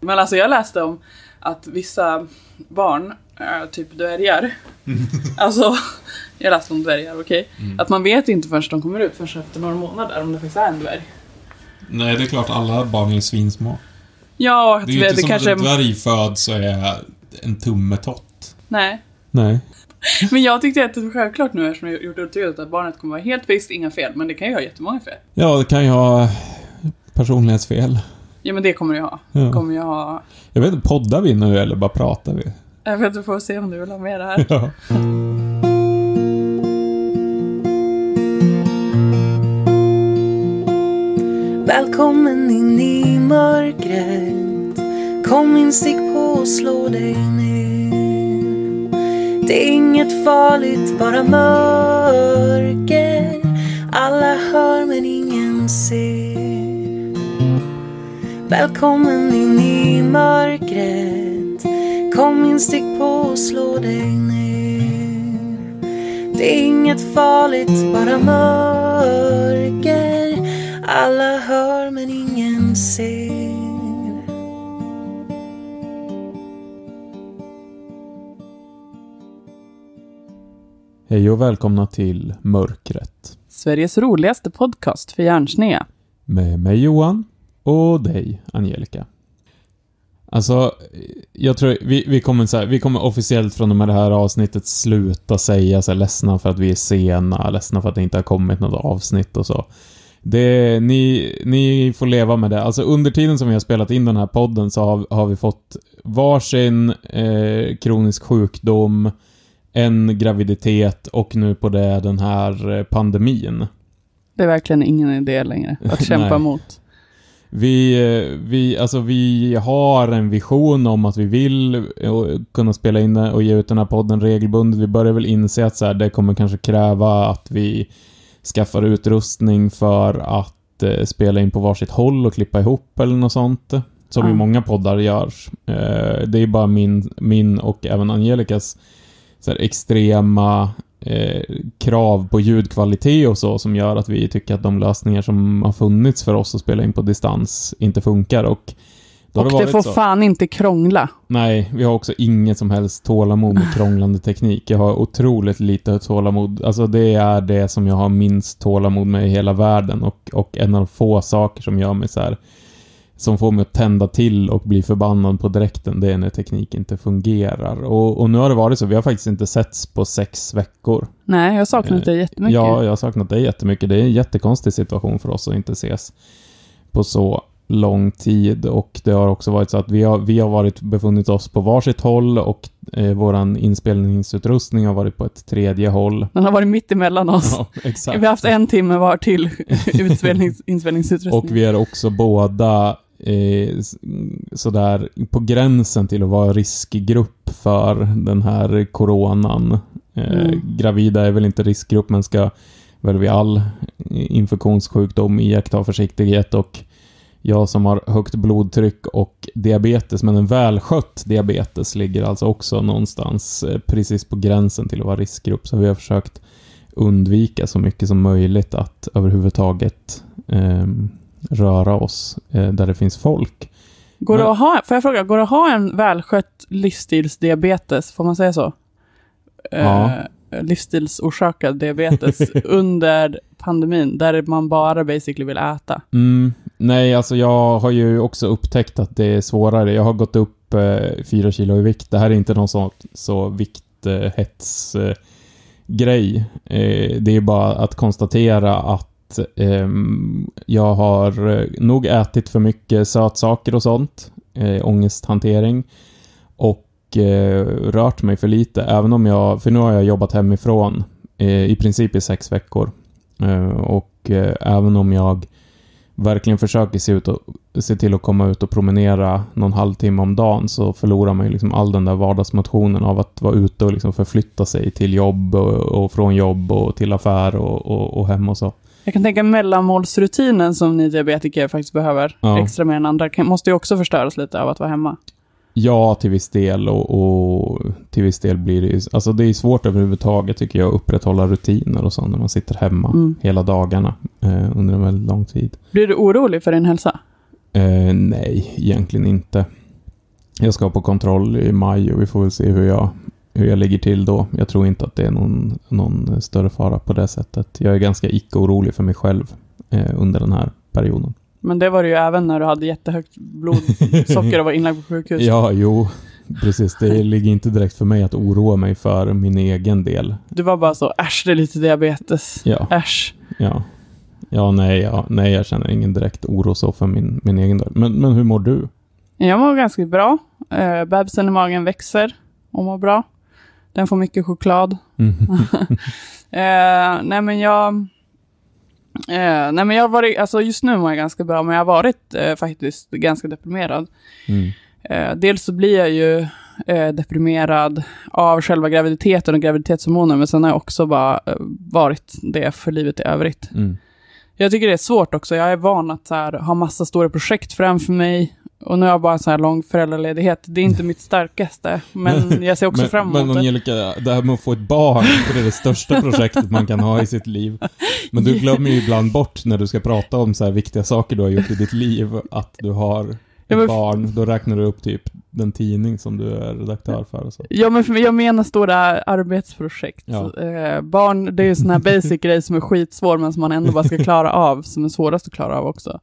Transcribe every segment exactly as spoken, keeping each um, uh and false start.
Men alltså jag läste om att vissa barn, äh, typ dvärgar, alltså jag läste om dvärgar, okej, okay? mm. att man vet inte förrän de kommer ut förrän efter några månader om det faktiskt är en dvärg. Nej, det är klart alla barn är svinsmå. Ja, det är ju inte det som kanske... att en dvärg föds så är en tummetott. Nej. Nej. Men jag tyckte att det var självklart nu eftersom jag gjort utredet att barnet kommer vara helt friskt, inga fel. Men det kan ju ha jättemånga fel. Ja, det kan ju ha personlighetsfel. Ja, men det kommer jag ha. Ja. Kommer jag ha... Jag vet inte, poddar vi nu eller bara pratar vi? Jag vet inte, får se om du vill ha med det här. Ja. Välkommen in i mörkret. Kom in, stick på och slå dig ner. Det är inget farligt, bara mörker. Alla hör men ingen ser. Välkommen in i mörkret. Kom in, stick på och slå dig ner. Det är inget farligt, bara mörker. Alla hör men ingen ser. Hej och välkomna till Mörkret. Sveriges roligaste podcast för hjärnsnea. Med mig Johan och dig Angelica. Alltså, jag tror vi, vi, kommer så här, vi kommer officiellt från och med det här avsnittet sluta säga så här, ledsna för att vi är sena, ledsna för att det inte har kommit något avsnitt och så. Det, ni, ni får leva med det. Alltså under tiden som vi har spelat in den här podden så har, har vi fått varsin eh, kronisk sjukdom, en graviditet och nu på det den här pandemin. Det är verkligen ingen idé längre att kämpa mot. Vi, vi, alltså vi har en vision om att vi vill kunna spela in och ge ut den här podden regelbundet. Vi börjar väl inse att så här, det kommer kanske kräva att vi skaffar utrustning för att eh, spela in på varsitt håll och klippa ihop eller något sånt. Som mm. i många poddar görs. Eh, det är bara min, min och även Angelicas så här, extrema eh, krav på ljudkvalitet och så som gör att vi tycker att de lösningar som har funnits för oss att spela in på distans inte funkar. Och, då och har det, det får så. fan inte krångla. Nej, vi har också inget som helst tålamod med krånglande teknik. Jag har otroligt lite tålamod. Alltså det är det som jag har minst tålamod med i hela världen. Och, och en av de få saker som gör mig så här, som får mig att tända till och bli förbannad på direkten, det är när teknik inte fungerar. Och, och nu har det varit så, vi har faktiskt inte setts på sex veckor. Nej, jag har saknat dig jättemycket. Ja, jag har saknat dig jättemycket. Det är en jättekonstig situation för oss att inte ses på så lång tid. Och det har också varit så att vi har, vi har varit befunnit oss på varsitt håll och eh, våran inspelningsutrustning har varit på ett tredje håll. Den har varit mitt emellan oss. Ja, exakt. Vi har haft en timme var till utspelnings, inspelningsutrustning. Och vi är också båda eh, sådär på gränsen till att vara riskgrupp för den här coronan. Eh, mm. Gravida är väl inte riskgrupp, men ska väl vid all infektionssjukdom iaktta försiktighet. Och jag som har högt blodtryck och diabetes, men en välskött diabetes ligger alltså också någonstans eh, precis på gränsen till att vara riskgrupp. Så vi har försökt undvika så mycket som möjligt att överhuvudtaget eh, röra oss eh, där det finns folk. Går men, det att ha, får jag fråga, går det att ha en välskött livsstilsdiabetes, får man säga så? Ja. Eh, livsstilsorsakad diabetes under pandemin, där man bara basically vill äta. Mm, nej, alltså jag har ju också upptäckt att det är svårare. Jag har gått upp eh, fyra kilo i vikt. Det här är inte någon sån så vikthets eh, grej. Eh, det är bara att konstatera att eh, jag har nog ätit för mycket sötsaker och sånt. Eh, ångesthantering. Och rört mig för lite, även om jag, för nu har jag jobbat hemifrån eh, i princip i sex veckor eh, och eh, även om jag verkligen försöker se, ut och, se till att komma ut och promenera någon halvtimme om dagen, så förlorar man ju liksom all den där vardagsmotionen av att vara ute och liksom förflytta sig till jobb och, och från jobb och till affär och, och, och hem och så. Jag kan tänka mellanmålsrutinen som ni diabetiker faktiskt behöver ja. extra mer än andra måste ju också förstöras lite av att vara hemma. Ja, till viss del och, och till viss del blir det ju, alltså det är svårt överhuvudtaget tycker jag att upprätthålla rutiner och så när man sitter hemma mm. hela dagarna eh, under en väldigt lång tid. Blir du orolig för din hälsa? Eh, nej, egentligen inte. Jag ska på kontroll i maj och vi får väl se hur jag, hur jag ligger till då. Jag tror inte att det är någon, någon större fara på det sättet. Jag är ganska icke-orolig för mig själv eh, under den här perioden. Men det var det ju även när du hade jättehögt blodsocker och var inlagd på sjukhus. Ja, jo. Precis, det ligger inte direkt för mig att oroa mig för min egen del. Du var bara så, äsch, det är lite diabetes. Ja. Äsch. Ja. Ja, nej, ja, nej, jag känner ingen direkt oro så för min, min egen del. Men, men hur mår du? Jag mår ganska bra. Uh, bebisen i magen växer och mår bra. Den får mycket choklad. Mm. uh, nej, men jag... Uh, nej, men jag har varit... Alltså just nu mår jag ganska bra, men jag har varit uh, faktiskt ganska deprimerad. Mm. Uh, dels så blir jag ju uh, deprimerad av själva graviditeten och graviditetshormoner, men sen har jag också bara uh, varit det för livet i övrigt. Mm. Jag tycker det är svårt också. Jag är van att så här, ha massa stora projekt framför mig. Och nu har jag bara en så här lång föräldraledighet. Det är inte mitt starkaste. Men jag ser också men, fram emot men, Angelica, det här med att få ett barn, det är det största projektet man kan ha i sitt liv. Men du glömmer ju ibland bort när du ska prata om så här viktiga saker du har gjort i ditt liv. Att du har ett ja, men, barn. Då räknar du upp typ den tidning som du är redaktör för. Och så. Ja, men för mig, jag menar stora arbetsprojekt. Ja. Eh, barn, det är ju sån här basic grej som är skitsvår, men som man ändå bara ska klara av. Som är svårast att klara av också.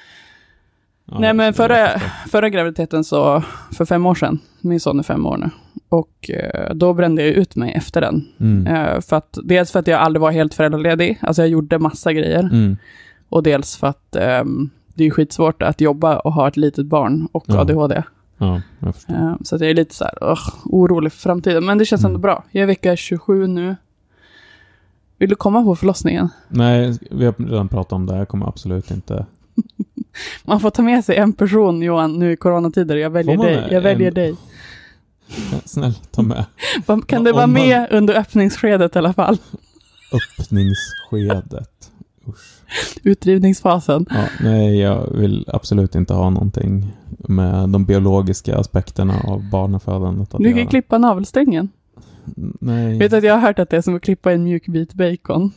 Ja, Nej, men förra, förra graviditeten så, för fem år sedan, min son är fem år nu, och eh, då brände jag ut mig efter den. Mm. Eh, för att, dels för att jag aldrig var helt föräldraledig, alltså jag gjorde massa grejer, Mm. och dels för att eh, det är skitsvårt att jobba och ha ett litet barn och Ja. A D H D. Ja, jag förstår. Eh, så att jag är lite så här, uh, orolig för framtiden, men det känns Mm. ändå bra. Jag är vecka tjugosju nu. Vill du komma på förlossningen? Nej, vi har redan pratat om det. Jag kommer absolut inte... Man får ta med sig en person, Johan, nu i coronatider. Jag väljer dig. Jag väljer en... dig. Snäll, ta med. Kan det vara med man... under öppningsskedet i alla fall? Öppningsskedet. Usch. Utdrivningsfasen. Ja, nej, jag vill absolut inte ha någonting med de biologiska aspekterna av barnafödandet att Du kan göra. klippa navelsträngen. Nej. Vet du att jag har hört att det är som att klippa en mjuk bit bacon?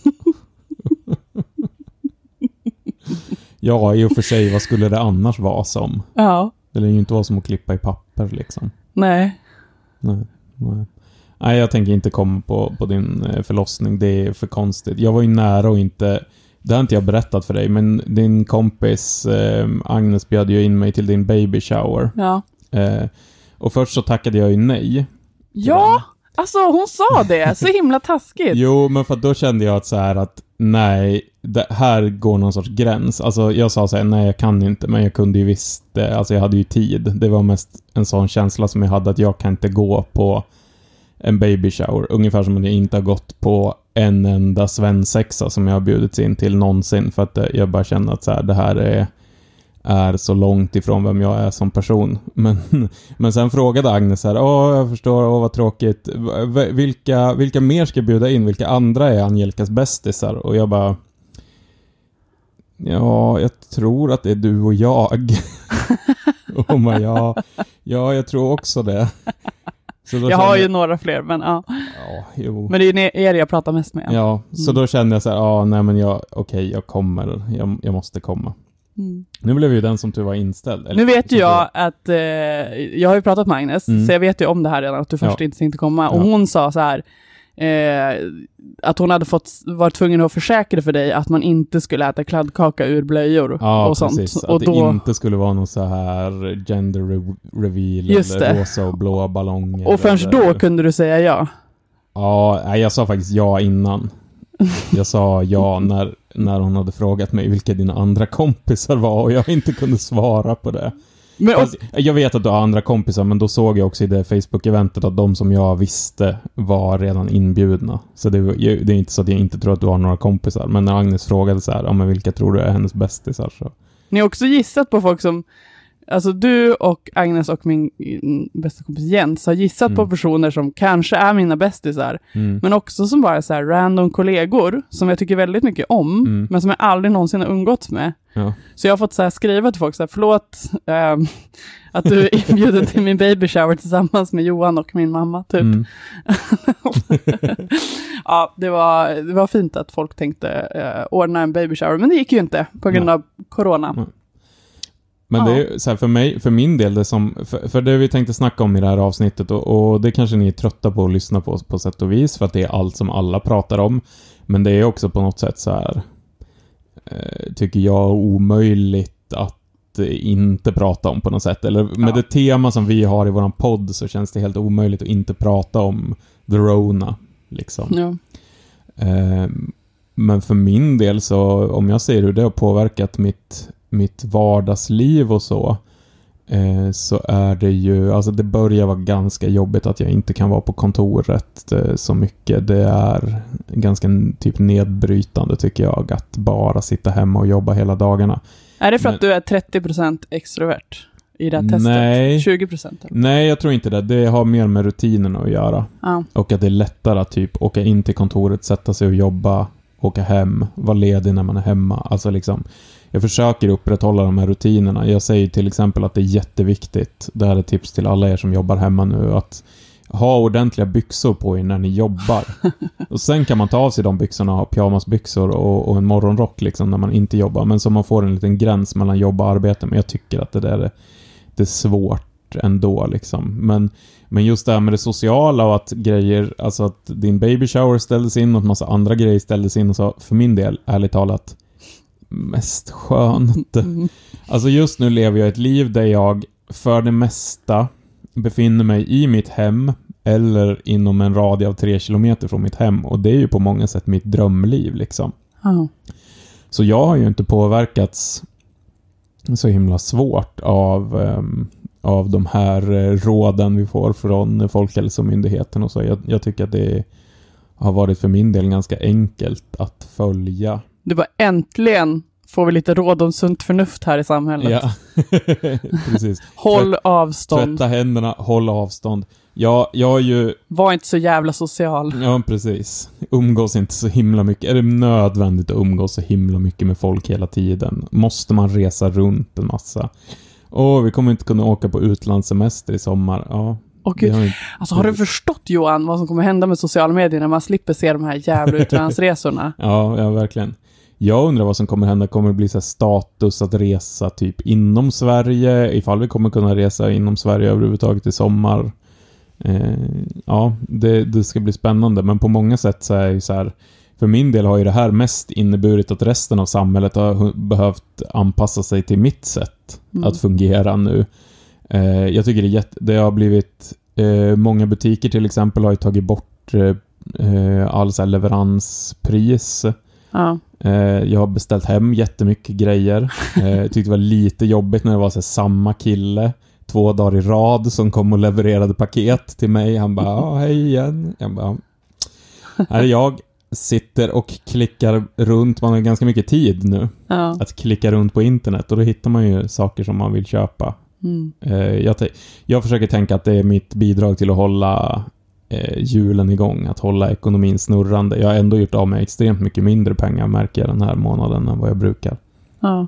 Ja, i och för sig, vad skulle det annars vara som? Ja. Det lär ju inte vara som att klippa i papper liksom. Nej. Nej, nej. Nej, jag tänker inte komma på, på din förlossning. Det är för konstigt. Jag var ju nära och inte... Det har inte jag berättat för dig, men din kompis eh, Agnes bjöd ju in mig till din baby shower. Ja. Eh, och först så tackade jag ju nej. Ja, alltså hon sa det. Så himla taskigt. Jo, men för då kände jag att så här att nej, det här går någon sorts gräns. Alltså jag sa så här, nej jag kan inte, men jag kunde ju visst, alltså jag hade ju tid. Det var mest en sån känsla som jag hade att jag kan inte gå på en baby shower. Ungefär som att jag inte har gått på en enda svensexa som jag har bjudits in till någonsin. För att jag bara känner att så här, det här är, är så långt ifrån vem jag är som person. Men, men sen frågade Agnes här, åh jag förstår, åh vad tråkigt. Vilka, vilka mer ska jag bjuda in? Vilka andra är Angelicas bästisar? Och jag bara, ja, jag tror att det är du och jag. Och man, ja, ja, jag tror också det. Så jag har ju jag... några fler, men ja. Ja, jo. Men det är er jag pratar mest med. Ja, så mm. då kände jag så här, ja, nej men jag, okej, okay, jag kommer, jag, jag måste komma. Mm. Nu blev ju den som du var inställd. Eller, nu vet ju jag du... att, eh, jag har ju pratat med Agnes, mm. så jag vet ju om det här redan, att du först ja. inte tänkte komma. Och ja. hon sa så här, eh, att hon hade fått, varit tvungen att försäkra för dig att man inte skulle äta kladdkaka ur blöjor ja, och precis. sånt. Att och det då... inte skulle vara någon så här gender re- reveal Just eller det. rosa och blåa ballonger. Och först eller... då kunde du säga ja. Ja, nej, jag sa faktiskt ja innan. Jag sa ja när, när hon hade frågat mig vilka dina andra kompisar var och jag inte kunde svara på det. Men, Fast, jag vet att du har andra kompisar, men då såg jag också i det Facebook-eventet att de som jag visste var redan inbjudna. Så det, det är inte så att jag inte tror att du har några kompisar. Men när Agnes frågade så här, ja, men vilka tror du är hennes bästisar? Så. Ni har också gissat på folk som, alltså du och Agnes och min bästa kompis Jens har gissat mm. på personer som kanske är mina bästisar. Mm. Men också som bara är så här random kollegor som jag tycker väldigt mycket om, mm. men som jag aldrig någonsin har umgåtts med. Ja. Så jag har fått så här skriva till folk så här, förlåt ähm, att du är inbjuden till min baby shower tillsammans med Johan och min mamma typ. Mm. Ja, det var, det var fint att folk tänkte äh, ordna en baby shower, men det gick ju inte på grund av mm. corona. Mm. Men Ja. det är så här, för mig, för min del, det som, för, för det vi tänkte snacka om i det här avsnittet, och, och det kanske ni är trötta på att lyssna på på sätt och vis, för att det är allt som alla pratar om. Men det är också på något sätt så här, eh, tycker jag, omöjligt att inte prata om på något sätt. Eller med Ja. det tema som vi har i våran podd så känns det helt omöjligt att inte prata om The Rona, liksom. Ja. Eh, men för min del så, om jag ser hur det har påverkat mitt, mitt vardagsliv och så, eh, så är det ju, alltså det börjar vara ganska jobbigt att jag inte kan vara på kontoret eh, så mycket. Det är ganska typ nedbrytande, tycker jag, att bara sitta hemma och jobba hela dagarna. Är det för Men- att du är trettio procent extrovert i det här testet? Nej. tjugo procent? Eller? Nej, jag tror inte det. Det har mer med rutinerna att göra. Ja. Och att det är lättare att typ åka in till kontoret, sätta sig och jobba, åka hem, vara ledig när man är hemma. Alltså liksom, jag försöker upprätthålla de här rutinerna. Jag säger till exempel att det är jätteviktigt, det här är tips till alla er som jobbar hemma nu, att ha ordentliga byxor på er när ni jobbar. Och sen kan man ta av sig de byxorna och ha pyjamasbyxor och, och en morgonrock liksom när man inte jobbar. Men så man får en liten gräns mellan jobb och arbete. Men jag tycker att det där är, det är svårt ändå liksom. Men, men just det här med det sociala och att grejer, alltså att din baby shower ställdes in och att massa andra grejer ställdes in och så, för min del, ärligt talat, mest skönt. Mm. Alltså just nu lever jag ett liv där jag för det mesta befinner mig i mitt hem eller inom en radie av tre kilometer från mitt hem, och det är ju på många sätt mitt drömliv liksom. Ja. Så jag har ju inte påverkats så himla svårt av, um, av de här uh, råden vi får från Folkhälsomyndigheten och så. Jag, jag tycker att det har varit för min del ganska enkelt att följa. Du bara, äntligen får vi lite råd om sunt förnuft här i samhället. Ja, precis. Håll avstånd. Tvätta händerna, håll avstånd. Ja, jag är ju... Var inte så jävla social. Ja, precis. Umgås inte så himla mycket. Är det nödvändigt att umgås så himla mycket med folk hela tiden? Måste man resa runt en massa? Åh, vi kommer inte kunna åka på utlandssemester i sommar. Ja. Och det har inte... Alltså har du förstått, Johan, vad som kommer hända med sociala medier när man slipper se de här jävla utlandsresorna? Ja, ja, verkligen. Jag undrar vad som kommer hända. Kommer det bli så här status att resa typ inom Sverige? Ifall vi kommer kunna resa inom Sverige överhuvudtaget i sommar? Eh, ja, det, det ska bli spännande. Men på många sätt så är ju så här, för min del har ju det här mest inneburit att resten av samhället har behövt anpassa sig till mitt sätt Mm. att fungera nu. Eh, jag tycker det, är jätte, det har blivit eh, många butiker till exempel har ju tagit bort eh, all så här leveranspris. Ja. Eh, jag har beställt hem jättemycket grejer. Eh, jag tyckte det var lite jobbigt när det var så här, samma kille två dagar i rad som kom och levererade paket till mig. Han bara, ja, hej igen. Jag bara, här är jag. Sitter och klickar runt. Man har ganska mycket tid nu Ja. att klicka runt på internet, och då hittar man ju saker som man vill köpa. Mm. Eh, jag, t- jag försöker tänka att det är mitt bidrag till att hålla eh, hjulen igång, att hålla ekonomin snurrande. Jag har ändå gjort av med extremt mycket mindre pengar, märker jag, den här månaden än vad jag brukar. Ja.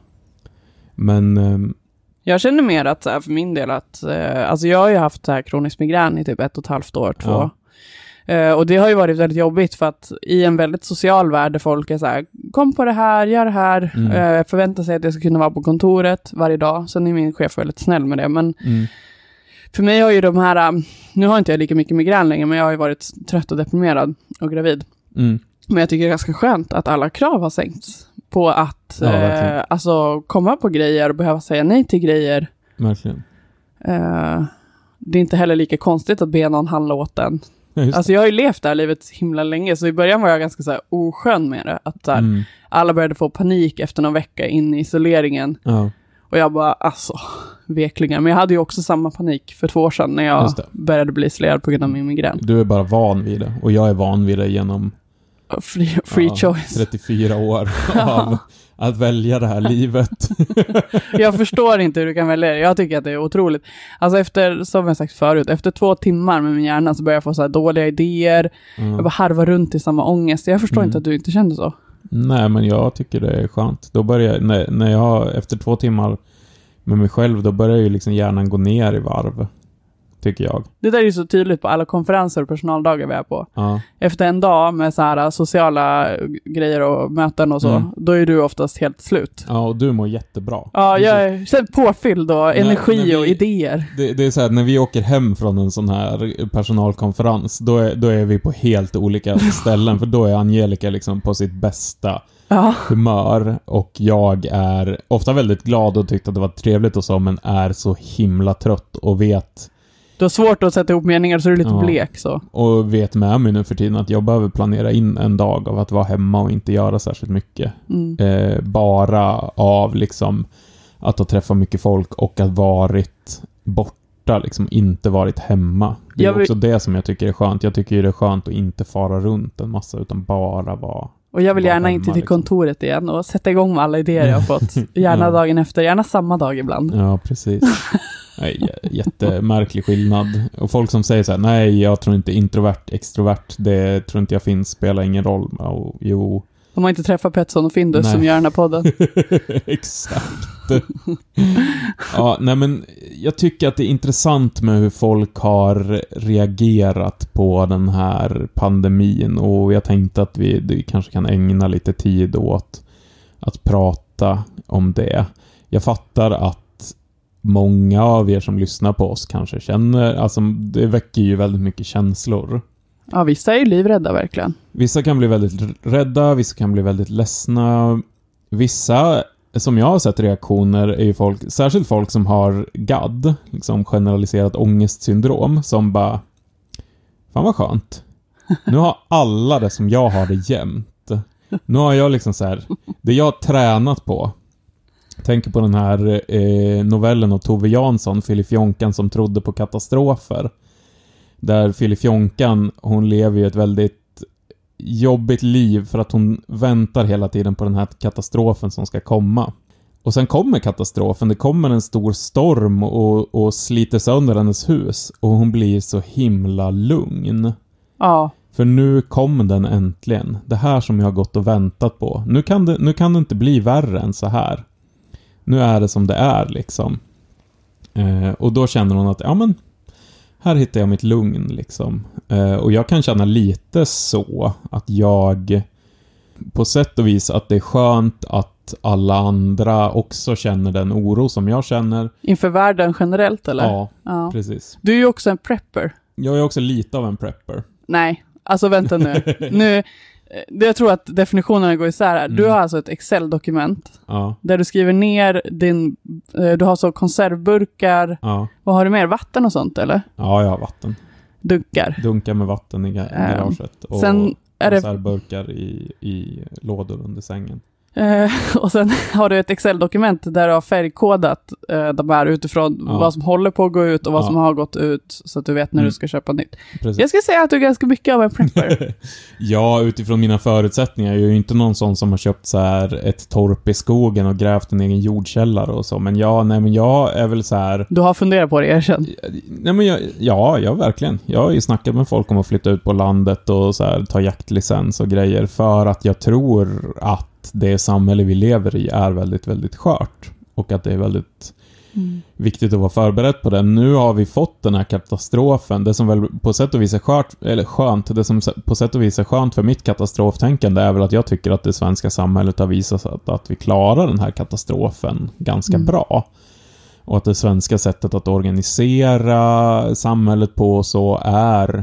Men ehm, Jag känner mer att så här, för min del att eh, alltså jag har ju haft så här kronisk migrän i typ ett och ett halvt år, två. Ja. Eh, och det har ju varit väldigt jobbigt för att i en väldigt social värld där folk är så här, kom på det här, gör det här, Mm. eh, förväntar sig att jag ska kunna vara på kontoret varje dag. Sen är min chef väldigt snäll med det, men mm, för mig har ju de här, um, nu har inte jag lika mycket migrän längre, men jag har ju varit trött och deprimerad och gravid. mm, Men jag tycker det är ganska skönt att alla krav har sänkts på att Ja, verkligen. eh, alltså komma på grejer och behöva säga nej till grejer. verkligen. Eh, det är inte heller lika konstigt att be någon handla åt den. Ja, just Alltså jag har ju levt det här livet så himla länge, så i början var jag ganska så här oskön med det. Att så det. här, Mm, alla började få panik efter någon vecka in i isoleringen. ja, Och jag bara, alltså, veklingar. Men jag hade ju också samma panik för två år sedan när jag Just det. började bli isolerad på grund av min migrän. du är bara van vid det, och jag är van vid det genom Free, free ja, choice. trettiofyra år av att välja det här livet. Jag förstår inte hur du kan välja det. Jag tycker att det är otroligt. Alltså efter, som jag sagt förut, efter två timmar med min hjärna så börjar jag få så här dåliga idéer. Mm. Jag bara harvar runt i samma ångest. Jag förstår Mm. inte att du inte kände så. Nej, men jag tycker det är skönt. Då börjar jag, när, när jag efter två timmar med mig själv, då börjar ju liksom hjärnan gå ner i varv. tycker jag. Det där är ju så tydligt på alla konferenser och personaldagar vi är på. Ja. Efter en dag med så här sociala grejer och möten och så, mm. då är du oftast helt slut. Ja, och du mår jättebra. Ja, jag är så påfylld och energi när vi, och idéer. Det, det är så här, när vi åker hem från en sån här personalkonferens, då är, då är vi på helt olika ställen, för då är Angelica liksom på sitt bästa ja. humör, och jag är ofta väldigt glad och tyckte att det var trevligt och så, men är så himla trött och vet... Du har svårt att sätta ihop meningar, så är du lite ja. blek så. Och vet med mig nu för tiden att jag behöver planera in en dag av att vara hemma och inte göra särskilt mycket. Mm. Eh, bara av liksom att ha träffat mycket folk och att varit borta, liksom inte varit hemma. Det är vill... också det som jag tycker är skönt. Jag tycker det är skönt att inte fara runt en massa, utan bara vara... Och jag vill gärna hemma, inte till liksom. kontoret igen och sätta igång med alla idéer jag har fått. Gärna ja. dagen efter, gärna samma dag ibland. Ja, precis. Nej, jättemärklig skillnad. Och folk som säger så här: nej, jag tror inte introvert, extrovert, det tror inte jag finns, spelar ingen roll. Och, jo. De har inte träffat Petson och Findus nej. som gör den här podden. Exakt. Ja, nej men jag tycker att det är intressant med hur folk har reagerat på den här pandemin, och jag tänkte att vi, vi kanske kan ägna lite tid åt att prata om det. Jag fattar att många av er som lyssnar på oss kanske känner, alltså det väcker ju väldigt mycket känslor. Ja, vissa är ju livrädda verkligen. Vissa kan bli väldigt rädda, vissa kan bli väldigt ledsna. Vissa, som jag har sett reaktioner, är ju folk, särskilt folk som har G A D, liksom generaliserat ångestsyndrom, som bara, fan vad skönt. Nu har alla det som jag har det jämt. Nu har jag liksom så här, det jag har tränat på. Tänker på den här eh, novellen av Tove Jansson, Filifjonkan som trodde på katastrofer. Där Filifjonkan, hon lever ju ett väldigt jobbigt liv för att hon väntar hela tiden på den här katastrofen som ska komma. Och sen kommer katastrofen, det kommer en stor storm och, och sliter sönder hennes hus. Och hon blir så himla lugn. Ja. För nu kom den äntligen. Det här som jag har gått och väntat på. Nu kan det, nu kan det inte bli värre än så här. Nu är det som det är liksom. Eh, och då känner hon att ja men, här hittar jag mitt lugn liksom. Eh, och jag kan känna lite så att jag på sätt och vis att det är skönt att alla andra också känner den oro som jag känner. Inför världen generellt eller? Ja, ja. Precis. Du är ju också en prepper. Jag är också lite av en prepper. Nej, alltså vänta nu. nu jag tror att definitionerna går isär här. Mm. Du har alltså ett Excel-dokument ja. där du skriver ner din, du har så konservburkar. Ja. Vad har du mer? Vatten och sånt eller? Ja, jag har vatten. Dunkar. Dunkar med vatten i garaget. Um, och sen är konservburkar det... i, i lådor under sängen. Uh, och sen har du ett Excel-dokument där du har färgkodat uh, de här utifrån ja. vad som håller på att gå ut och vad ja. som har gått ut, så att du vet när mm. du ska köpa nytt. Precis. Jag ska säga att du är ganska mycket av en prepper. Ja, utifrån mina förutsättningar. Jag är ju inte någon sån som har köpt så här ett torp i skogen och grävt en egen jordkällare och så. Men ja, nej men jag är väl så här... Du har funderat på det, erkänn. Nej men jag, ja, jag verkligen. Jag har ju snackat med folk om att flytta ut på landet och så här, ta jaktlicens och grejer, för att jag tror att det samhälle vi lever i är väldigt, väldigt skört. Och att det är väldigt mm. viktigt att vara förberedd på det. Nu har vi fått den här katastrofen. Det som väl på sätt och vis är skört, eller skönt, det som på sätt och vis är skönt för mitt katastroftänkande är väl att jag tycker att det svenska samhället har visat att, att vi klarar den här katastrofen ganska mm. bra. Och att det svenska sättet att organisera samhället på så är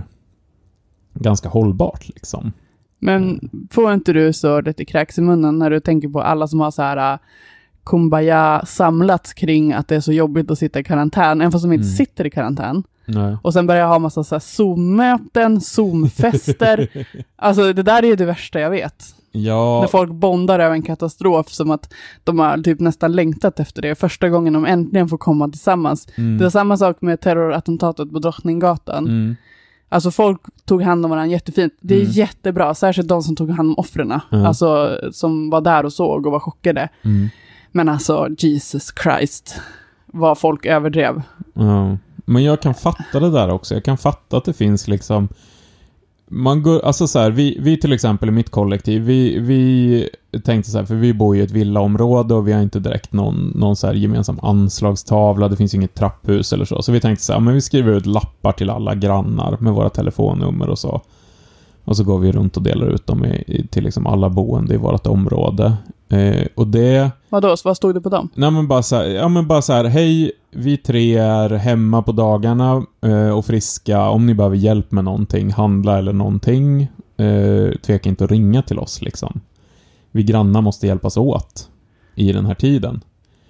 ganska hållbart liksom. Men får inte du så lite kräks i munnen när du tänker på alla som har så här uh, kumbaya samlats kring att det är så jobbigt att sitta i karantän, även fast de inte mm. sitter i karantän. Nej. Och sen börjar ha massa så här Zoom-möten, Zoom-fester. Alltså det där är ju det värsta jag vet. Ja. När folk bondar över en katastrof som att de har typ nästan längtat efter det. Första gången de äntligen får komma tillsammans. Mm. Det var samma sak med terrorattentatet på Drottninggatan. Mm. Alltså folk tog hand om varandra jättefint. Det är mm. jättebra, särskilt de som tog hand om offrena. Mm. Alltså som var där och såg och var chockade. Mm. Men alltså, Jesus Christ, vad folk överdrev. Ja. Men jag kan fatta det där också. Jag kan fatta att det finns liksom man går, alltså så här, vi, vi till exempel i mitt kollektiv, vi, vi tänkte så här, för vi bor ju i ett villaområde och vi har inte direkt någon, någon så här gemensam anslagstavla, det finns inget trapphus eller så, så vi tänkte så här, men vi skriver ut lappar till alla grannar med våra telefonnummer och så. Och så går vi runt och delar ut dem i, till liksom alla boende i vårt område. Eh, och det... Vadå? Vad stod det på dem? Nej, men bara så här, ja, men bara så här, hej, vi tre är hemma på dagarna eh, och friska. Om ni behöver hjälp med någonting, handla eller någonting, eh, tveka inte att ringa till oss liksom. Vi grannar måste hjälpas åt i den här tiden.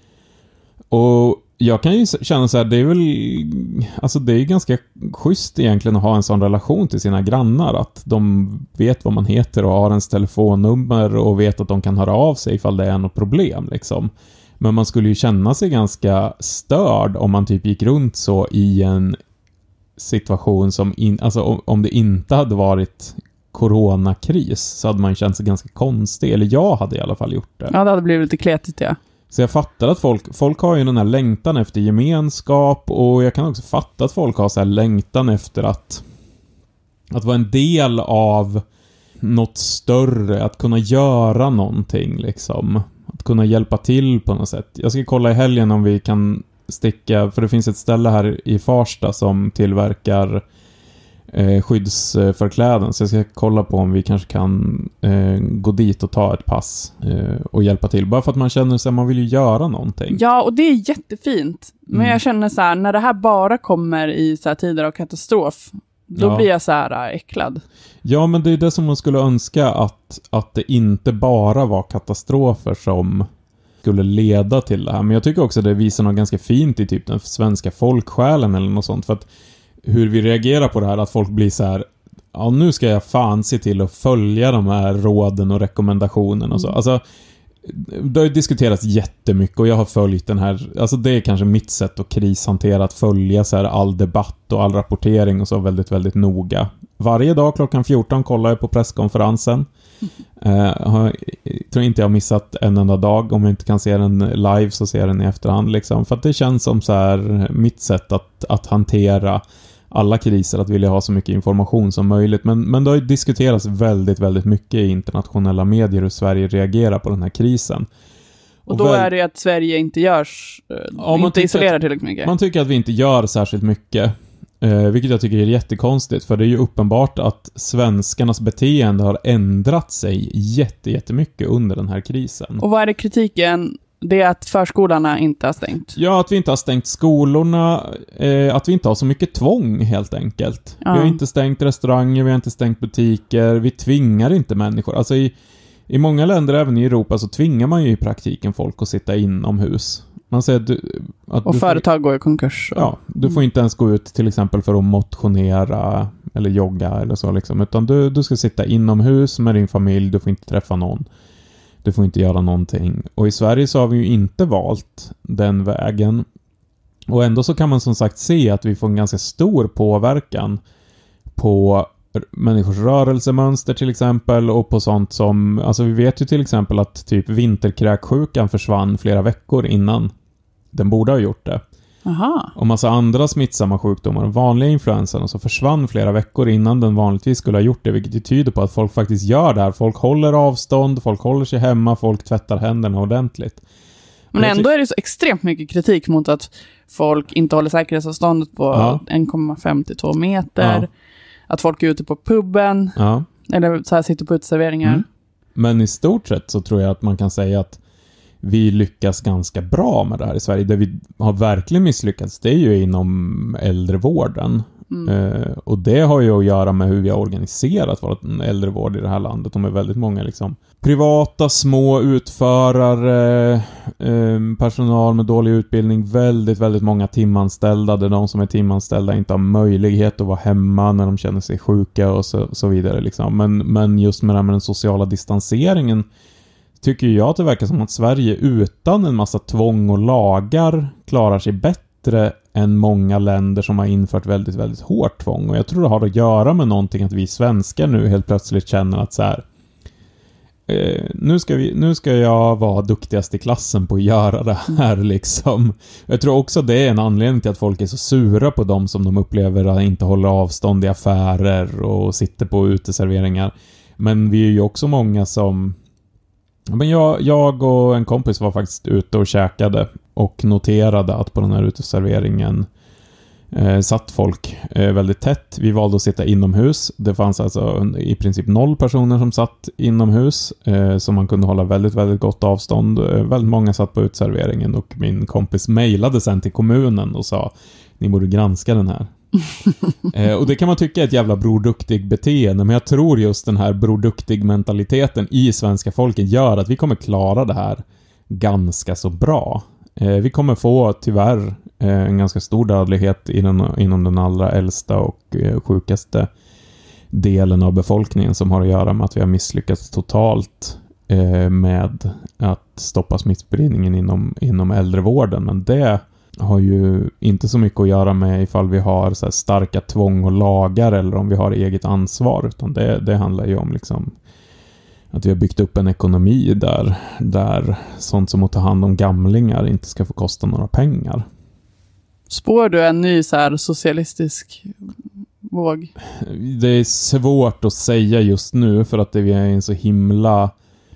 Och jag kan ju känna så här, det är väl, alltså det är ganska schysst egentligen att ha en sån relation till sina grannar, att de vet vad man heter och har ens telefonnummer och vet att de kan höra av sig ifall det är något problem liksom. Men man skulle ju känna sig ganska störd om man typ gick runt så i en situation som in, alltså om det inte hade varit coronakris så hade man känt sig ganska konstig, eller jag hade i alla fall gjort det. Ja, det hade blivit lite kletigt, ja. Så jag fattar att folk, folk har ju den här längtan efter gemenskap, och jag kan också fatta att folk har så här längtan efter att att vara en del av något större, att kunna göra någonting liksom, att kunna hjälpa till på något sätt. Jag ska kolla i helgen om vi kan sticka, för det finns ett ställe här i Farsta som tillverkar eh, skyddsförkläden, så jag ska kolla på om vi kanske kan eh, gå dit och ta ett pass eh, och hjälpa till, bara för att man känner sig att man vill ju göra någonting. Ja, och det är jättefint, men Mm. jag känner så här, när det här bara kommer i så här tider av katastrof, då Ja. blir jag så här äcklad. Ja, men det är det som man skulle önska, att, att det inte bara var katastrofer som skulle leda till det här. Men jag tycker också att det visar något ganska fint i typ den svenska folksjälen eller något sånt. För att hur vi reagerar på det här, att folk blir så här, ja, nu ska jag fan se till att följa de här råden och rekommendationerna och så. Mm. Alltså, det har ju diskuterats jättemycket och jag har följt den här, alltså det är kanske mitt sätt att krishantera, att följa så här all debatt och all rapportering och så väldigt, väldigt noga. Varje dag klockan fjorton kollar jag på presskonferensen. Mm. Uh, jag tror inte jag har missat en enda dag. Om jag inte kan se den live så ser jag den i efterhand liksom. För att det känns som så här mitt sätt att, att hantera alla kriser, att vilja ha så mycket information som möjligt. Men, men det har ju diskuterats väldigt, väldigt mycket i internationella medier hur Sverige reagerar på den här krisen. Och, och då väl, är det att Sverige inte görs, ja, inte isolerar tillräckligt mycket. Man tycker att vi inte gör särskilt mycket. Eh, vilket jag tycker är jättekonstigt, för det är ju uppenbart att svenskarnas beteende har ändrat sig jätte, jättemycket under den här krisen. Och vad är det kritiken? Det är att förskolorna inte har stängt. Ja, att vi inte har stängt skolorna, eh, att vi inte har så mycket tvång helt enkelt. Ja. Vi har inte stängt restauranger, vi har inte stängt butiker, vi tvingar inte människor. Alltså i, i många länder, även i Europa, så tvingar man ju i praktiken folk att sitta inomhus. Man säger att du, att och du företag får, går i konkurs. Och... Ja, du får inte ens gå ut till exempel för att motionera eller jogga eller så liksom, utan du, du ska sitta inomhus med din familj, du får inte träffa någon. Du får inte göra någonting. Och i Sverige så har vi ju inte valt den vägen. Och ändå så kan man som sagt se att vi får en ganska stor påverkan på människors rörelsemönster till exempel, och på sånt som, alltså vi vet ju till exempel att typ vinterkräksjukan försvann flera veckor innan den borde ha gjort det. Aha. Och massa andra smittsamma sjukdomar, vanliga influensan, så försvann flera veckor innan den vanligtvis skulle ha gjort det, vilket tyder på att folk faktiskt gör det här. Folk håller avstånd, folk håller sig hemma, folk tvättar händerna ordentligt. Men ändå är det så extremt mycket kritik mot att folk inte håller säkerhetsavståndet på ja. en komma fem till två meter. Ja. Att folk är ute på puben. Ja. Eller så här sitter på uteserveringar. Mm. Men i stort sett så tror jag att man kan säga att vi lyckas ganska bra med det här i Sverige. Det vi har verkligen misslyckats, det är ju inom äldrevården. Mm. Eh, och det har ju att göra med hur vi har organiserat vår äldrevård i det här landet. De är väldigt många liksom privata, små utförare, eh, personal med dålig utbildning, väldigt, väldigt många timanställda, där de som är timanställda inte har möjlighet att vara hemma när de känner sig sjuka och så, så vidare liksom. Men, men just med, det med den sociala distanseringen tycker jag att det verkar som att Sverige utan en massa tvång och lagar klarar sig bättre än många länder som har infört väldigt, väldigt hårt tvång. Och jag tror det har att göra med någonting att vi svenskar nu helt plötsligt känner att så här, eh, nu, ska vi, nu ska jag vara duktigast i klassen på att göra det här liksom. Jag tror också det är en anledning till att folk är så sura på dem som de upplever att inte håller avstånd i affärer och sitter på uteserveringar. Men vi är ju också många som... Men jag, jag och en kompis var faktiskt ute och käkade och noterade att på den här uteserveringen eh, satt folk eh, väldigt tätt. Vi valde att sitta inomhus. Det fanns alltså i princip noll personer som satt inomhus, eh, så man kunde hålla väldigt, väldigt gott avstånd. Eh, väldigt många satt på uteserveringen och min kompis mejlade sen till kommunen och sa, ni borde granska den här. eh, och det kan man tycka är ett jävla broduktig beteende, men jag tror just den här broduktig mentaliteten i svenska folket gör att vi kommer klara det här ganska så bra. Eh, vi kommer få tyvärr eh, en ganska stor dödlighet i den, inom den allra äldsta och eh, sjukaste delen av befolkningen, som har att göra med att vi har misslyckats totalt eh, med att stoppa smittspridningen inom, inom äldrevården. Men det har ju inte så mycket att göra med ifall vi har så här starka tvång och lagar eller om vi har eget ansvar, utan det, det handlar ju om liksom att vi har byggt upp en ekonomi där, där sånt som att ta hand om gamlingar inte ska få kosta några pengar. Spår du en ny så här socialistisk våg? Det är svårt att säga just nu för att det är en så himla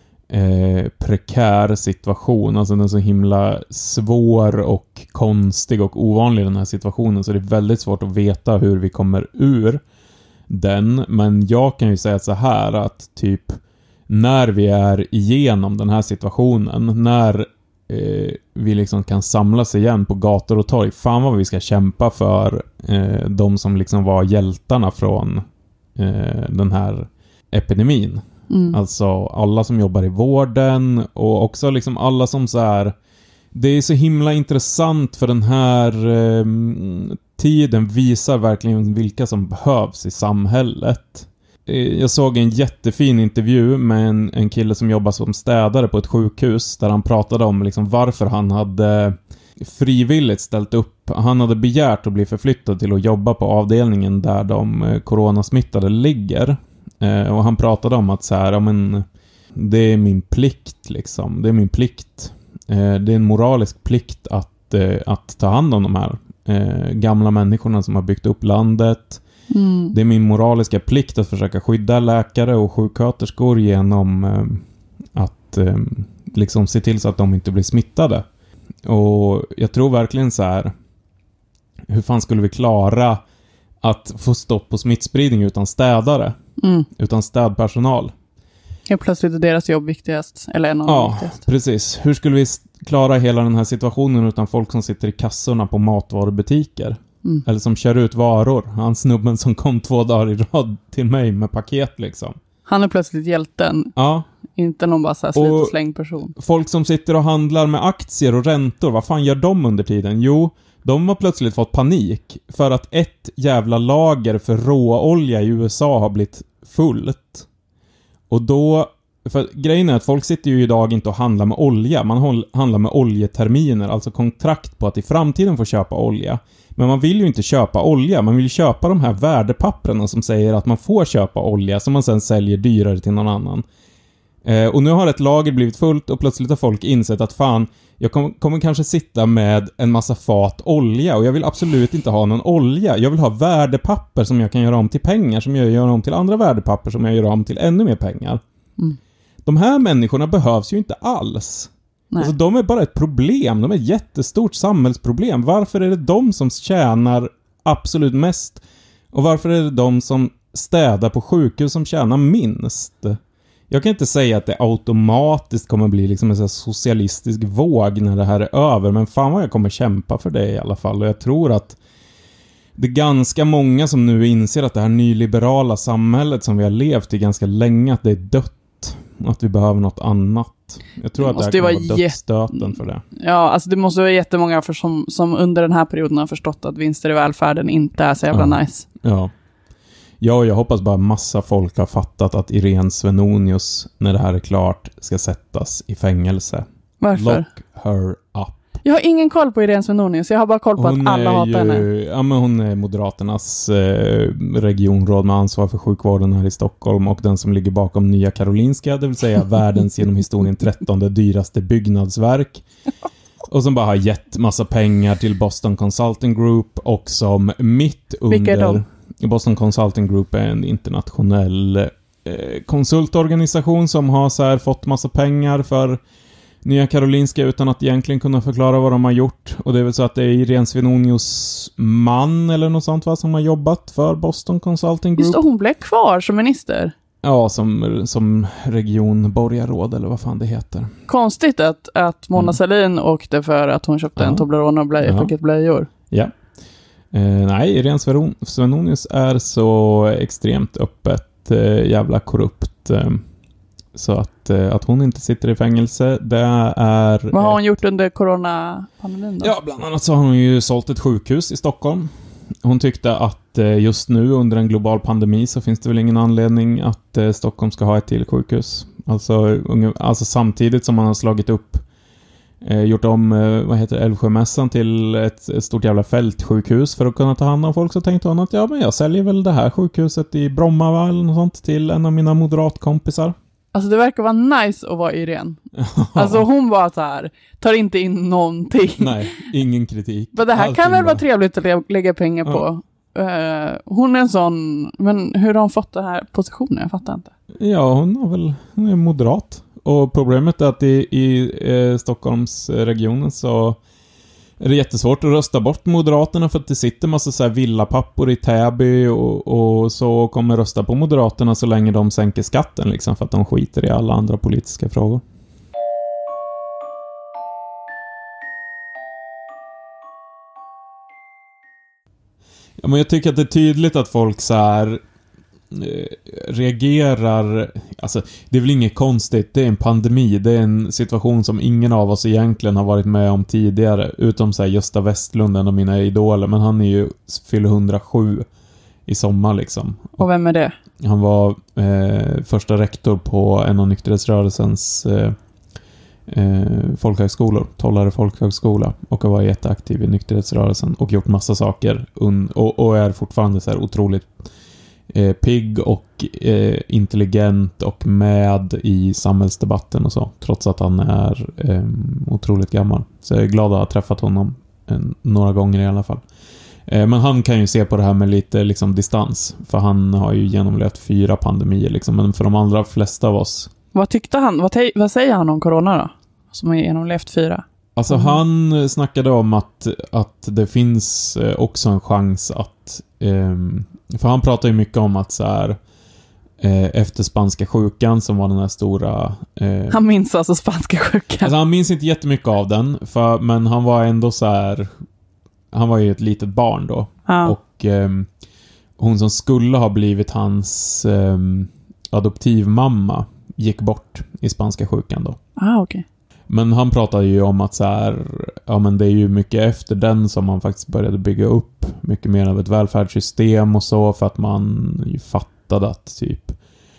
Eh, prekär situation, alltså den är så himla svår och konstig och ovanlig, den här situationen, så det är väldigt svårt att veta hur vi kommer ur den. Men jag kan ju säga så här att typ när vi är igenom den här situationen, när eh, vi liksom kan samlas igen på gator och torg, fan vad vi ska kämpa för eh, de som liksom var hjältarna från eh, den här epidemin. Mm. Alltså alla som jobbar i vården och också liksom alla som så här, det är så himla intressant för den här eh, tiden visar verkligen vilka som behövs i samhället. Eh, jag såg en jättefin intervju med en, en kille som jobbar som städare på ett sjukhus där han pratade om liksom varför han hade frivilligt ställt upp. Han hade begärt att bli förflyttad till att jobba på avdelningen där de eh, coronasmittade ligger. Eh, och han pratade om att så här, ja, men det är min plikt liksom. Det är min plikt. Eh, det är en moralisk plikt att, eh, att ta hand om de här eh, gamla människorna som har byggt upp landet. Mm. Det är min moraliska plikt att försöka skydda läkare och sjuksköterskor genom eh, att eh, liksom se till så att de inte blir smittade. Och jag tror verkligen så här, hur fan skulle vi klara att få stopp på smittspridning utan städare? Mm. Utan städpersonal. Ja, plötsligt är deras jobb viktigast. Eller en av de ja, viktigast. Precis. Hur skulle vi klara hela den här situationen utan folk som sitter i kassorna på matvarubutiker? Mm. Eller som kör ut varor. Han snubben som kom två dagar i rad till mig med paket liksom. Han är plötsligt hjälten. Ja. Inte någon bara så här slit och släng person. Folk som sitter och handlar med aktier och räntor, vad fan gör de under tiden? Jo, de har plötsligt fått panik för att ett jävla lager för råolja i U S A har blivit fullt. Och då, för grejen är att folk sitter ju idag inte och handlar med olja. Man håll, handlar med oljeterminer, alltså kontrakt på att i framtiden få köpa olja. Men man vill ju inte köpa olja, man vill köpa de här värdepapperna som säger att man får köpa olja som man sen säljer dyrare till någon annan. Eh, och nu har ett lager blivit fullt och plötsligt har folk insett att fan, jag kom, kommer kanske sitta med en massa fat olja och jag vill absolut inte ha någon olja. Jag vill ha värdepapper som jag kan göra om till pengar, som jag gör om till andra värdepapper som jag gör om till ännu mer pengar. Mm. De här människorna behövs ju inte alls. Alltså, de är bara ett problem. De är ett jättestort samhällsproblem. Varför är det de som tjänar absolut mest? Och varför är det de som städar på sjukhus som tjänar minst? Jag kan inte säga att det automatiskt kommer bli liksom en sån socialistisk våg när det här är över. Men fan vad jag kommer kämpa för det i alla fall. Och jag tror att det är ganska många som nu inser att det här nyliberala samhället som vi har levt i ganska länge, att det är dött. Att vi behöver något annat. Jag tror det att det här kan vara jät- dödsstöten för det. Ja, alltså det måste vara jättemånga för som, som under den här perioden har förstått att vinster i välfärden inte är så jävla ja. nice. Ja. Ja, jag hoppas bara massa folk har fattat att Irene Svenonius, när det här är klart, ska sättas i fängelse. Varför? Lock her up. Jag har ingen koll på Irene Svenonius. Jag har bara koll på hon att alla hatar ju, henne. Ja, men hon är Moderaternas eh, regionråd med ansvar för sjukvården här i Stockholm och den som ligger bakom Nya Karolinska, det vill säga världens genom historien trettonde dyraste byggnadsverk. Och som bara har gett massa pengar till Boston Consulting Group och som mitt under... Vilka är de? Boston Consulting Group är en internationell eh, konsultorganisation som har så här fått massa pengar för Nya Karolinska utan att egentligen kunna förklara vad de har gjort. Och det är väl så att det är Irene Svenonius man eller något sånt va, som har jobbat för Boston Consulting Group. Just det, hon blev kvar som minister. Ja, som, som regionborgarråd eller vad fan det heter. Konstigt att, att Mona Mm. Sahlin åkte för att hon köpte Ja. en Toblerone och blöj, Ja. fick ett blöjor. Ja. Eh, nej, Irene Sveron- Svenonius är så extremt öppet eh, jävla korrupt eh, så att, eh, att hon inte sitter i fängelse, det är... Vad har eh, hon gjort under coronapandemin då? Ja, bland annat så har hon ju sålt ett sjukhus i Stockholm. Hon tyckte att eh, just nu under en global pandemi så finns det väl ingen anledning att eh, Stockholm ska ha ett till sjukhus. Alltså, unge, alltså samtidigt som man har slagit upp eh, gjort om, eh, vad heter det, Älvsjömässan till ett, ett stort jävla fältsjukhus för att kunna ta hand om folk, så tänkte hon att ja, men jag säljer väl det här sjukhuset i Bromma va, eller något sånt till en av mina moderatkompisar. Alltså det verkar vara nice att vara Irene. Alltså hon var så här, tar inte in någonting. Nej, ingen kritik. Men det här Allting kan väl bra. vara trevligt att lä- lägga pengar Ja. på. Uh, hon är en sån, men hur har hon fått den här positionen? Jag fattar inte. Ja, hon har väl, hon är moderat. Och problemet är att i, i eh, Stockholmsregionen så är det jättesvårt att rösta bort Moderaterna för att det sitter massa så här villapappor i Täby och, och så kommer rösta på Moderaterna så länge de sänker skatten liksom, för att de skiter i alla andra politiska frågor. Ja, men jag tycker att det är tydligt att folk så här eh, reagerar, alltså det är väl inget konstigt, det är en pandemi, det är en situation som ingen av oss egentligen har varit med om tidigare, utom så här Gösta Westlund, en av mina idoler, men han är ju fyller hundrasju i sommar liksom. Och vem är det? Han var eh, första rektor på en av nykterhetsrörelsens eh, eh, folkhögskolor, Tollare folkhögskola, och har varit jätteaktiv i nykterhetsrörelsen och gjort massa saker un- och, och är fortfarande så här otroligt eh, pigg och eh, intelligent och med i samhällsdebatten och så, trots att han är eh, otroligt gammal. Så jag är glad att ha träffat honom en, några gånger i alla fall. Men han kan ju se på det här med lite liksom distans, för han har ju genomlevt fyra pandemier liksom, men för de allra flesta av oss. Vad tyckte han? Vad, te- vad säger han om corona då? Som har genomlevt fyra. Alltså Mm. han snackade om att, att det finns också en chans att eh, för han pratar ju mycket om att så här eh, efter spanska sjukan som var den här stora eh, Han minns alltså spanska sjukan. alltså han minns inte jättemycket av den, för, men han var ändå så här, han var ju ett litet barn då. Ja. Och eh, hon som skulle ha blivit hans eh, adoptivmamma gick bort i spanska sjukan då. Ah, okej. Men han pratade ju om att så här, ja men det är ju mycket efter den som man faktiskt började bygga upp mycket mer av ett välfärdssystem och så, för att man ju fattade att typ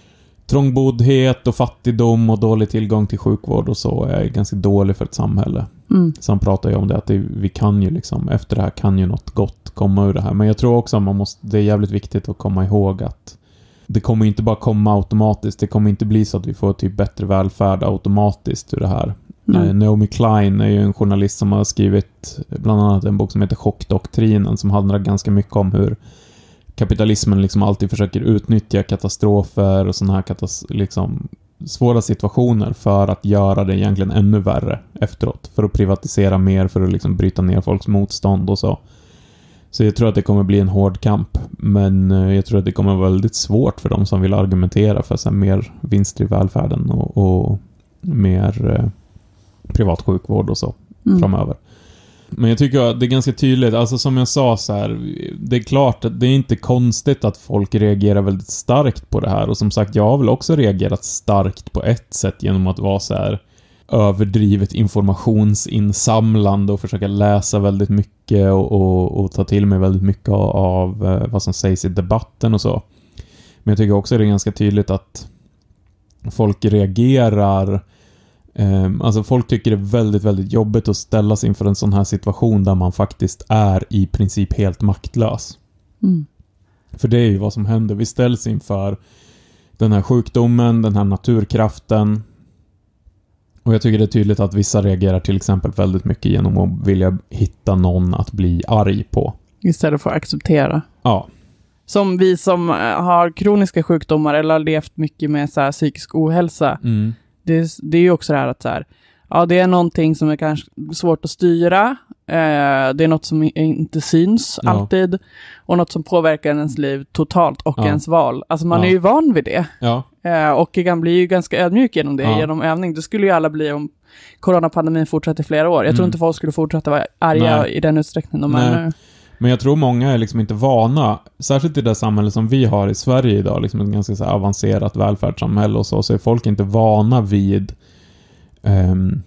trångboddhet och fattigdom och dålig tillgång till sjukvård och så är ganska dålig för ett samhälle. Mm. Så han pratar ju om det, att det, vi kan ju liksom, efter det här kan ju något gott komma ur det här. Men jag tror också att man måste, det är jävligt viktigt att komma ihåg att det kommer inte bara komma automatiskt. Det kommer inte bli så att vi får typ bättre välfärd automatiskt ur det här. Mm. Eh, Naomi Klein är ju en journalist som har skrivit bland annat en bok som heter Chockdoktrinen, som handlar ganska mycket om hur kapitalismen liksom alltid försöker utnyttja katastrofer och såna här katas- liksom svåra situationer för att göra det egentligen ännu värre efteråt. För att privatisera mer, för att liksom bryta ner folks motstånd och så. Så jag tror att det kommer bli en hård kamp. Men jag tror att det kommer vara väldigt svårt för de som vill argumentera för så här mer vinster i välfärden och, och mer eh, privat sjukvård och så Mm. framöver. Men jag tycker att det är ganska tydligt, alltså som jag sa så här, det är klart att det är inte konstigt att folk reagerar väldigt starkt på det här, och som sagt, jag har väl också reagerat starkt på ett sätt genom att vara så här överdrivet informationsinsamlande och försöka läsa väldigt mycket och, och, och ta till mig väldigt mycket av, av eh, vad som sägs i debatten och så. Men jag tycker också att det är ganska tydligt att folk reagerar Um, alltså folk tycker det är väldigt, väldigt jobbigt att ställas inför en sån här situation där man faktiskt är i princip helt maktlös. Mm. För det är ju vad som händer. Vi ställs inför den här sjukdomen, den här naturkraften. Och jag tycker det är tydligt att vissa reagerar till exempel väldigt mycket genom att vilja hitta någon att bli arg på. Istället för att acceptera. Ja. Som vi som har kroniska sjukdomar eller har levt mycket med så här psykisk ohälsa. Mm. Det, är, det är ju också det här att så här, ja, det är någonting som är kanske svårt att styra. Eh, det är något som inte syns Ja. alltid. Och något som påverkar ens liv totalt och Ja. ens val. Alltså man Ja. är ju van vid det. Ja. Eh, och kan bli ju ganska ödmjuk genom det, Ja. genom övning. Det skulle ju alla bli om coronapandemin fortsätter i flera år. Jag Mm. tror inte folk skulle fortsätta vara arga Nej. i den utsträckning de Nej. är nu. Men jag tror många är liksom inte vana, särskilt i det samhälle som vi har i Sverige idag, liksom ett ganska så här avancerat välfärdssamhälle och så, så är folk inte vana vid um,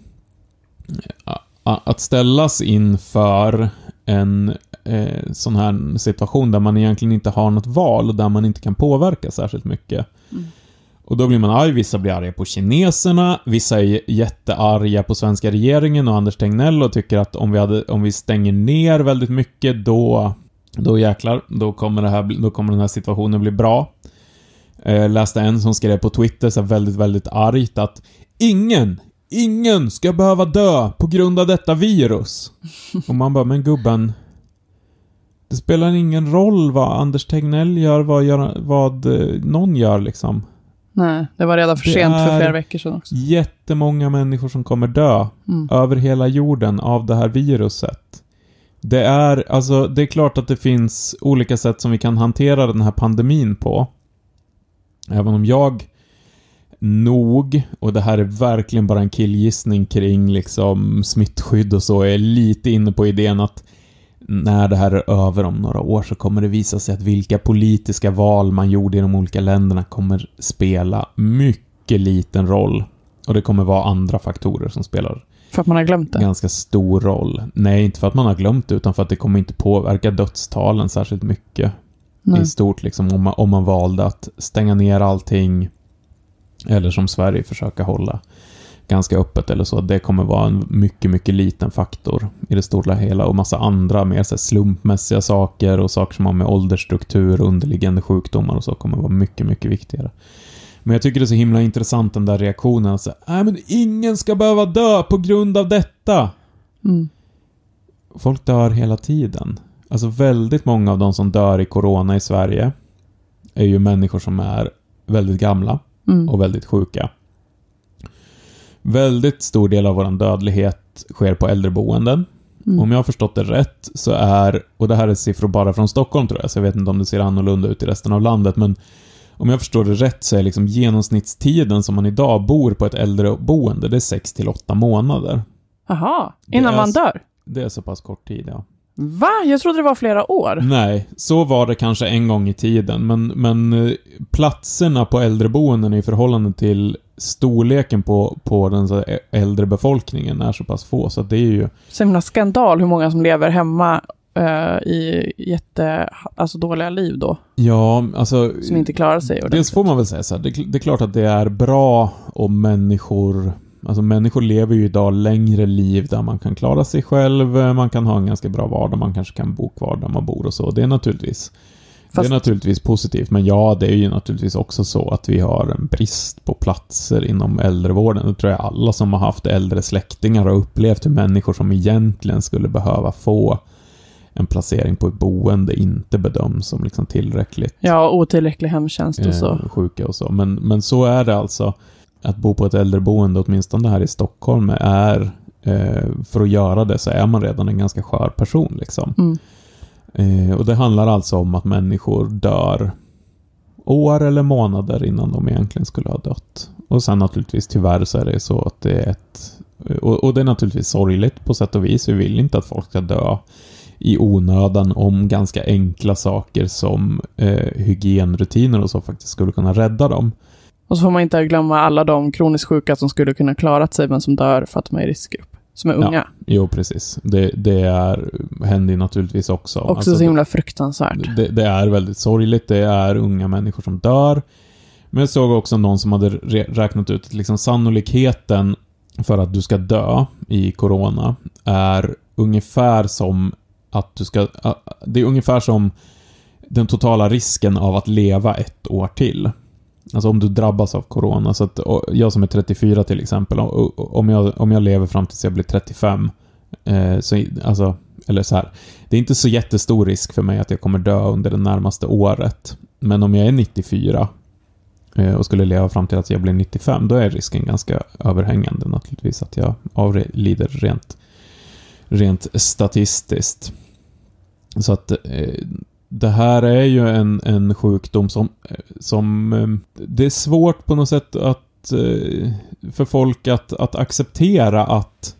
att ställas inför en eh, sån här situation där man egentligen inte har något val och där man inte kan påverka särskilt mycket. Mm. Och då blir man arg, vissa blir arga på kineserna, vissa är jättearga på svenska regeringen och Anders Tegnell och tycker att om vi, hade, om vi stänger ner väldigt mycket då, då jäklar, då kommer, det här, då kommer den här situationen bli bra. Jag läste en som skrev på Twitter så väldigt, väldigt argt att ingen, ingen ska behöva dö på grund av detta virus. Och man bara, men gubben, det spelar ingen roll vad Anders Tegnell gör, vad, gör, vad någon gör liksom. Nej, det var redan för Det sent för är flera veckor sedan också. Jättemånga människor som kommer dö Mm. över hela jorden av det här viruset. Det är, alltså, det är klart att det finns olika sätt som vi kan hantera den här pandemin på. Även om jag nog, och det här är verkligen bara en killgissning kring liksom smittskydd och så, är lite inne på idén att när det här är över om några år så kommer det visa sig att vilka politiska val man gjorde i de olika länderna kommer spela mycket liten roll. Och det kommer vara andra faktorer som spelar För att man har glömt det. ganska stor roll. Nej, inte för att man har glömt det, utan för att det kommer inte påverka dödstalen särskilt mycket. Nej. I stort liksom, om man, om man valde att stänga ner allting eller som Sverige försöka hålla ganska öppet eller så. Det kommer vara en mycket, mycket liten faktor i det stora hela, och massa andra mer så här slumpmässiga saker och saker som har med åldersstruktur, underliggande sjukdomar och så kommer vara mycket, mycket viktigare. Men jag tycker det är så himla intressant den där reaktionen att säga, nej men ingen ska behöva dö på grund av detta. Mm. Folk dör hela tiden. Alltså väldigt många av de som dör i corona i Sverige är ju människor som är väldigt gamla Mm. och väldigt sjuka. Väldigt stor del av vår dödlighet sker på äldreboenden. Mm. Om jag har förstått det rätt så är, och det här är siffror bara från Stockholm tror jag, så jag vet inte om det ser annorlunda ut i resten av landet, men om jag förstår det rätt så är liksom genomsnittstiden som man idag bor på ett äldreboende, det är sex till åtta månader. Jaha, innan Det är man så- dör. Det är så pass kort tid, ja. Va? Jag trodde det var flera år. Nej, så var det kanske en gång i tiden, men, men eh, platserna på äldreboenden i förhållande till storleken på, på den så här äldre befolkningen är så pass få, så att det är ju... Så himla skandal hur många som lever hemma eh, i jätte, alltså dåliga liv då. Ja, alltså... Som inte klarar sig. Dels får man väl säga så här, det, det är klart att det är bra om människor... Alltså människor lever ju idag längre liv där man kan klara sig själv, man kan ha en ganska bra vardag, man kanske kan bo kvar där man bor och så. Det är naturligtvis, Fast... det är naturligtvis positivt, men ja, det är ju naturligtvis också så att vi har en brist på platser inom äldrevården. Det tror jag alla som har haft äldre släktingar har upplevt, hur människor som egentligen skulle behöva få en placering på ett boende inte bedöms som liksom tillräckligt. Ja, otillräcklig hemtjänst och så. Eh, sjuka och så. Men, men så är det alltså. Att bo på ett äldreboende, åtminstone här i Stockholm, är eh, för att göra det så är man redan en ganska skör person liksom. Mm. Eh, och det handlar alltså om att människor dör år eller månader innan de egentligen skulle ha dött. Och sen naturligtvis tyvärr så är det så att det är ett... Och, och det är naturligtvis sorgligt på sätt och vis. Vi vill inte att folk ska dö i onödan om ganska enkla saker som eh, hygienrutiner och så faktiskt skulle kunna rädda dem. Och så får man inte glömma alla de kroniskt sjuka som skulle kunna klarat sig men som dör för att de är i riskgrupp. Som är unga. Ja, jo, precis. Det, det är, händer ju naturligtvis också. Också alltså, så himla fruktansvärt. Det, det är väldigt sorgligt. Det är unga människor som dör. Men jag såg också någon som hade re- räknat ut att liksom sannolikheten för att du ska dö i corona är ungefär som att du ska, det är ungefär som den totala risken av att leva ett år till. Alltså om du drabbas av corona. Så att jag som är trettiofyra till exempel, om jag, om jag lever fram tills jag blir trettiofem, eh, så, alltså, eller så här, det är inte så jättestor risk för mig att jag kommer dö under det närmaste året. Men om jag är nittiofyra eh, och skulle leva fram till att jag blir nittiofem, då är risken ganska överhängande naturligtvis att jag avlider rent, rent statistiskt. Så att eh, det här är ju en, en sjukdom som, som det är svårt på något sätt att, för folk att, att acceptera att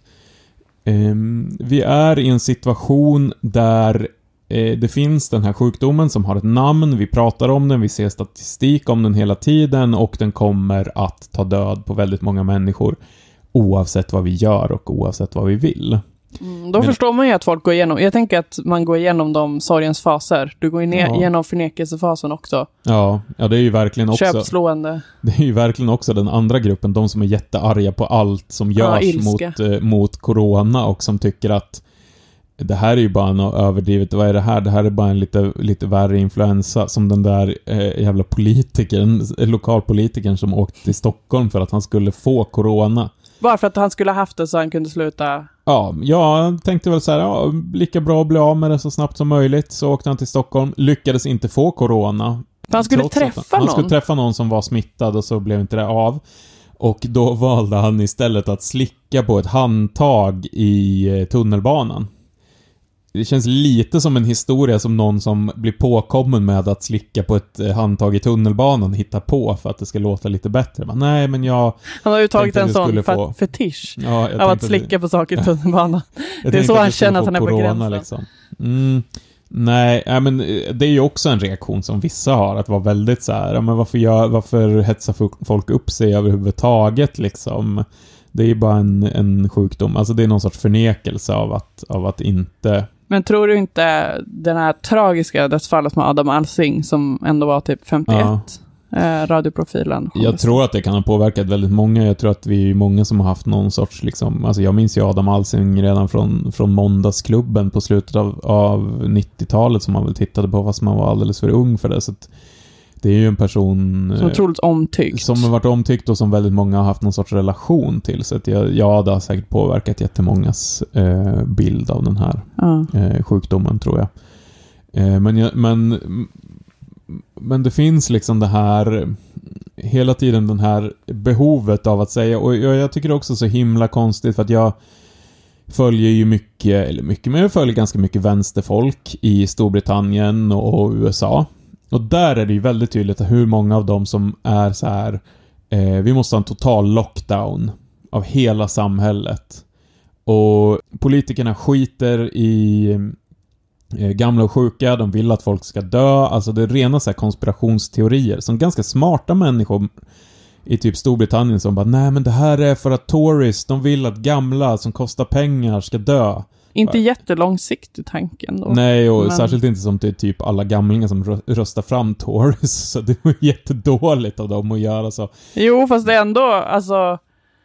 eh, vi är i en situation där eh, det finns den här sjukdomen som har ett namn, vi pratar om den, vi ser statistik om den hela tiden och den kommer att ta död på väldigt många människor oavsett vad vi gör och oavsett vad vi vill. Mm, då Men, förstår man ju att folk går igenom, jag tänker att man går igenom de sorgens faser. Du går ner, ja. igenom förnekelsefasen också. Ja, ja, det är ju verkligen också köpslående. Det är ju verkligen också den andra gruppen, de som är jättearga på allt som görs ja, mot, eh, mot corona och som tycker att det här är ju bara något överdrivet. Vad är det här? Det här är bara en lite, lite värre influensa, som den där eh, jävla politikern, lokalpolitikern som åkte till Stockholm för att han skulle få corona. Bara för att han skulle ha haft det så han kunde sluta. Ja, jag tänkte väl så här, ja, lika bra att bli av med det så snabbt som möjligt. Så åkte han till Stockholm, lyckades inte få corona. För han skulle träffa han, någon. Han skulle träffa någon som var smittad och så blev inte det av. Och då valde han istället att slicka på ett handtag i tunnelbanan. Det känns lite som en historia som någon som blir påkommen med att slicka på ett handtag i tunnelbanan hittar på för att det ska låta lite bättre. Men nej, men jag... Han har ju tagit en sån få... fetisch ja, av att slicka på saker i tunnelbanan. Det är så han känner att han är på gränsen. Liksom. Mm. Nej, äh, men det är ju också en reaktion som vissa har, att vara väldigt så här, men varför, gör, varför hetsar folk upp sig överhuvudtaget liksom? Det är ju bara en, en sjukdom. Alltså det är någon sorts förnekelse av att, av att inte... Men tror du inte den här tragiska dödsfallet med Adam Alsing som ändå var typ femtioett, ja. eh, radioprofilen? Jag tror att det kan ha påverkat väldigt många. Jag tror att vi är många som har haft någon sorts liksom, alltså jag minns ju Adam Alsing redan från, från Måndagsklubben på slutet av, av nittiotalet som man väl tittade på fast man var alldeles för ung för det. Så att det är ju en person som otroligt omtyckt. Som har varit omtyckt och som väldigt många har haft någon sorts relation till. Så att jag, ja, det har säkert påverkat jättemångas eh, bild av den här ja. eh, sjukdomen, tror jag. Eh, men, jag men, men det finns liksom det här hela tiden den här behovet av att säga, och jag, jag tycker det också så himla konstigt för att jag följer ju mycket, eller mycket, men jag följer ganska mycket vänsterfolk i Storbritannien och U S A. Och där är det ju väldigt tydligt hur många av dem som är så här, eh, vi måste ha en total lockdown av hela samhället. Och politikerna skiter i eh, gamla och sjuka, de vill att folk ska dö. Alltså det är rena så här konspirationsteorier som ganska smarta människor i typ Storbritannien som bara, nej men det här är för att Tories, de vill att gamla som kostar pengar ska dö. Inte jättelångsiktig tanken då. Nej, och men... särskilt inte som det är typ alla gamlingar som röstar fram Tories. Så det var jättedåligt av dem att göra så. Jo, fast det är ändå, alltså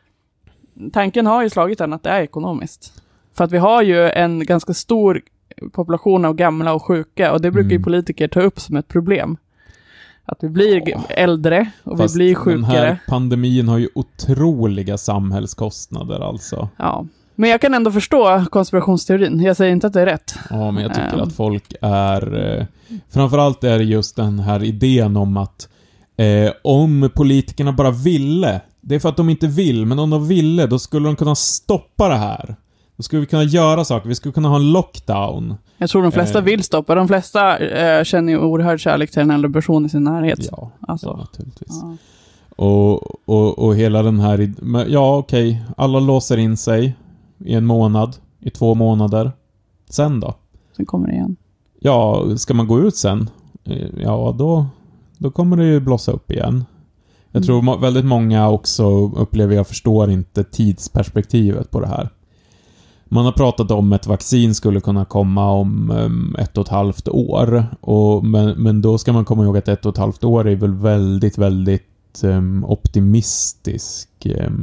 tanken har ju slagit den att det är ekonomiskt. För att vi har ju en ganska stor population av gamla och sjuka, och det brukar mm. ju politiker ta upp som ett problem. Att vi blir oh. äldre och fast vi blir sjukare. Den här pandemin har ju otroliga samhällskostnader alltså. Ja. Men jag kan ändå förstå konspirationsteorin. Jag säger inte att det är rätt. Ja, men jag tycker um. att folk är... Eh, framförallt är det just den här idén om att eh, om politikerna bara ville, det är för att de inte vill, men om de ville, då skulle de kunna stoppa det här. Då skulle vi kunna göra saker. Vi skulle kunna ha en lockdown. Jag tror de flesta eh. vill stoppa. De flesta eh, känner ju oerhörd kärlek till en äldre person i sin närhet. Ja, alltså. ja naturligtvis. Ja. Och, och, och hela den här... Ja, okej. Okay. Alla låser in sig i en månad, i två månader. Sen då? Sen kommer det igen. Ja, ska man gå ut sen? Ja, då, då kommer det ju blossa upp igen. Jag mm. tror väldigt många också upplever, jag förstår inte tidsperspektivet på det här. Man har pratat om att ett vaccin skulle kunna komma om um, ett och ett halvt år. Och, men, men då ska man komma ihåg att ett och ett halvt år är väl väldigt, väldigt um, optimistisk um,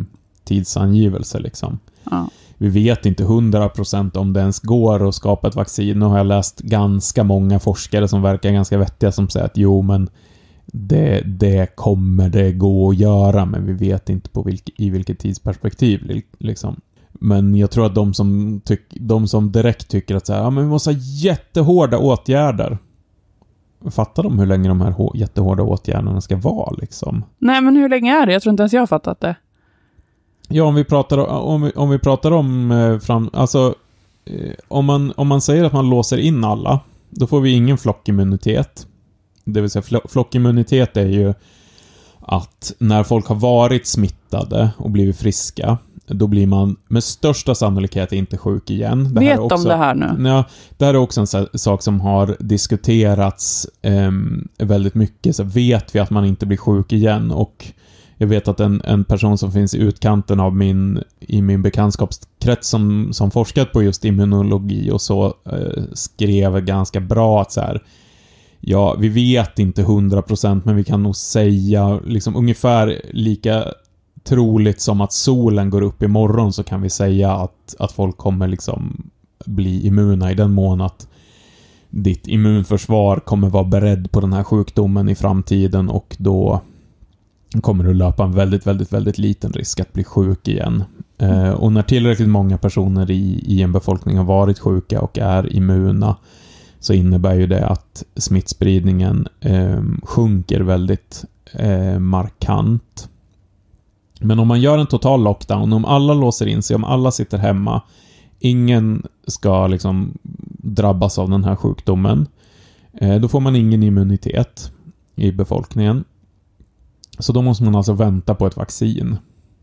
tidsangivelse liksom. Ja. Vi vet inte hundra procent om det ens går att skapa ett vaccin. Nu har jag läst ganska många forskare som verkar ganska vettiga som säger att jo, men det, det kommer det gå att göra, men vi vet inte på vilk, i vilket tidsperspektiv liksom. Men jag tror att de som, tyck, de som direkt tycker att så här, ja, men vi måste ha jättehårda åtgärder. Fattar de hur länge de här hår, jättehårda åtgärderna ska vara liksom? Nej, men hur länge är det? Jag tror inte ens jag har fattat det. Ja, om vi pratar om, vi, om, vi pratar om eh, fram, alltså eh, om, man, om man säger att man låser in alla, då får vi ingen flockimmunitet. Det vill säga fl- flockimmunitet är ju att när folk har varit smittade och blivit friska, då blir man med största sannolikhet inte sjuk igen. Det Vet de det här nu? Ja, det här är också en sak som har diskuterats eh, väldigt mycket. Så vet vi att man inte blir sjuk igen, och jag vet att en, en person som finns i utkanten av min, i min bekantskapskrets som, som forskat på just immunologi och så eh, skrev ganska bra att så här, ja, vi vet inte hundra procent, men vi kan nog säga liksom ungefär lika troligt som att solen går upp imorgon, så kan vi säga att, att folk kommer liksom bli immuna i den mån att ditt immunförsvar kommer vara beredd på den här sjukdomen i framtiden, och då kommer du löpa en väldigt, väldigt, väldigt liten risk att bli sjuk igen. Eh, och när tillräckligt många personer i, i en befolkning har varit sjuka och är immuna, så innebär ju det att smittspridningen eh, sjunker väldigt eh, markant. Men om man gör en total lockdown, om alla låser in sig, om alla sitter hemma, ingen ska liksom drabbas av den här sjukdomen, eh, då får man ingen immunitet i befolkningen. Så då måste man alltså vänta på ett vaccin.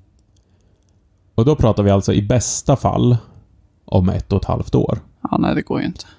Och då pratar vi alltså i bästa fall om ett och ett halvt år. Ja, nej, det går ju inte.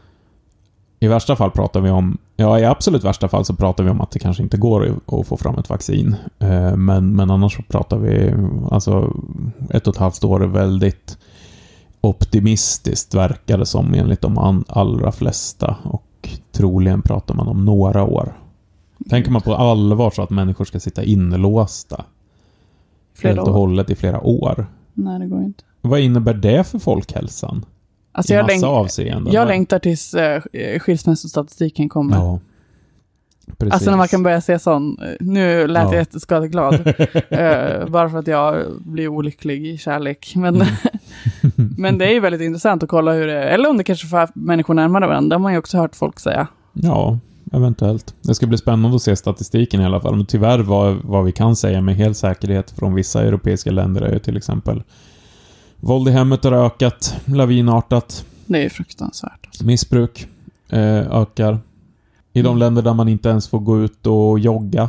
I värsta fall pratar vi om, ja, i absolut värsta fall så pratar vi om att det kanske inte går att få fram ett vaccin. Men, men annars så pratar vi, alltså ett och ett halvt år är väldigt optimistiskt, verkar det som, enligt de allra flesta. Och troligen pratar man om några år. Tänker man på allvar så att människor ska sitta inlåsta helt och hållet i flera år? Nej, det går inte. Vad innebär det för folkhälsan? Alltså I jag, massa länk- avseenden. jag längtar tills eh, skilsmässostatistiken kommer. Ja, precis. Alltså när man kan börja se sån, nu lät Ja. jag jätteskadeglad. uh, bara för att jag blir olycklig i kärlek. Men, Mm. men det är ju väldigt intressant att kolla hur det är. Eller om det kanske får människor närmare varandra. Det har man ju också hört folk säga. Ja, eventuellt. Det ska bli spännande att se statistiken i alla fall. Men tyvärr vad, vad vi kan säga med hel säkerhet från vissa europeiska länder är ju till exempel våld i hemmet har ökat lavinartat. Det är ju fruktansvärt. Alltså. Missbruk eh, ökar. I de Mm. länder där man inte ens får gå ut och jogga.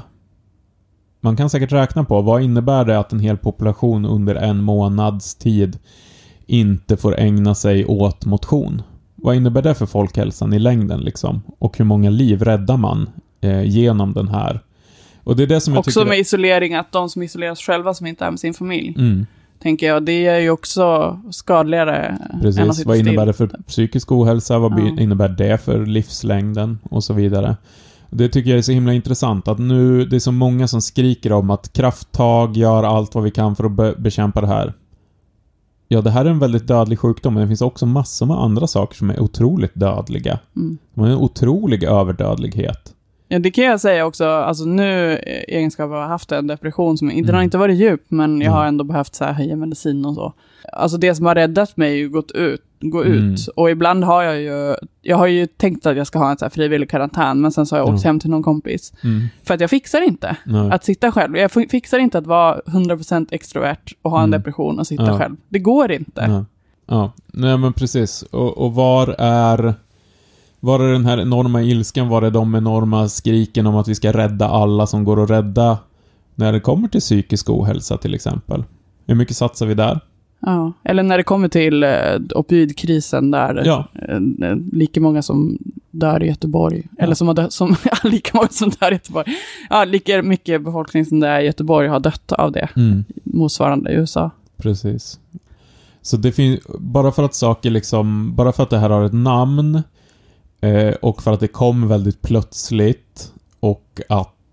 Man kan säkert räkna på vad innebär det att en hel population under en månads tid inte får ägna sig åt motion. Vad innebär det för folkhälsan i längden liksom? Och hur många liv räddar man eh, genom den här? Och det är det som jag också tycker... med isolering, att de som isoleras själva som inte är med sin familj. Mm. Tänker jag, det är ju också skadligare. Precis, än att sitta vad innebär still. det för psykisk ohälsa? Vad Ja. innebär det för livslängden? Och så vidare. Det tycker jag är så himla intressant. Att nu, det är så många som skriker om att krafttag, gör allt vad vi kan för att be- bekämpa det här. Ja, det här är en väldigt dödlig sjukdom, men det finns också massor med andra saker som är otroligt dödliga. Mm. De har en otrolig överdödlighet. Ja, det kan jag säga också. Alltså nu, i egenskap av att ha haft en depression som, den har Mm. inte varit djup, men jag Mm. har ändå behövt så här höja medicin och så. Alltså det som har räddat mig är ju gått ut, gå Mm. ut. Och ibland har jag ju, jag har ju tänkt att jag ska ha en så här frivillig karantän, men sen så har jag åkt Ja. hem till någon kompis. Mm. För att jag fixar inte Nej. att sitta själv. Jag f- fixar inte att vara hundra procent extrovert och ha en Mm. depression och sitta Ja. själv. Det går inte. Ja. Ja, nej men precis. Och, och var är var är den här enorma ilskan? Var är de enorma skriken om att vi ska rädda alla som går att rädda när det kommer till psykisk ohälsa till exempel? Hur mycket satsar vi där? Ja. Eller när det kommer till eh, opioidkrisen där Ja. eh, lika många som dör i Göteborg. Ja. Eller som har dött, som, lika många som dör i Göteborg. Ja, lika mycket befolkning som det är i Göteborg har dött av det. Mm. Motsvarande i U S A. Precis. Så det finns, bara för att saker liksom, bara för att det här har ett namn eh, och för att det kom väldigt plötsligt och att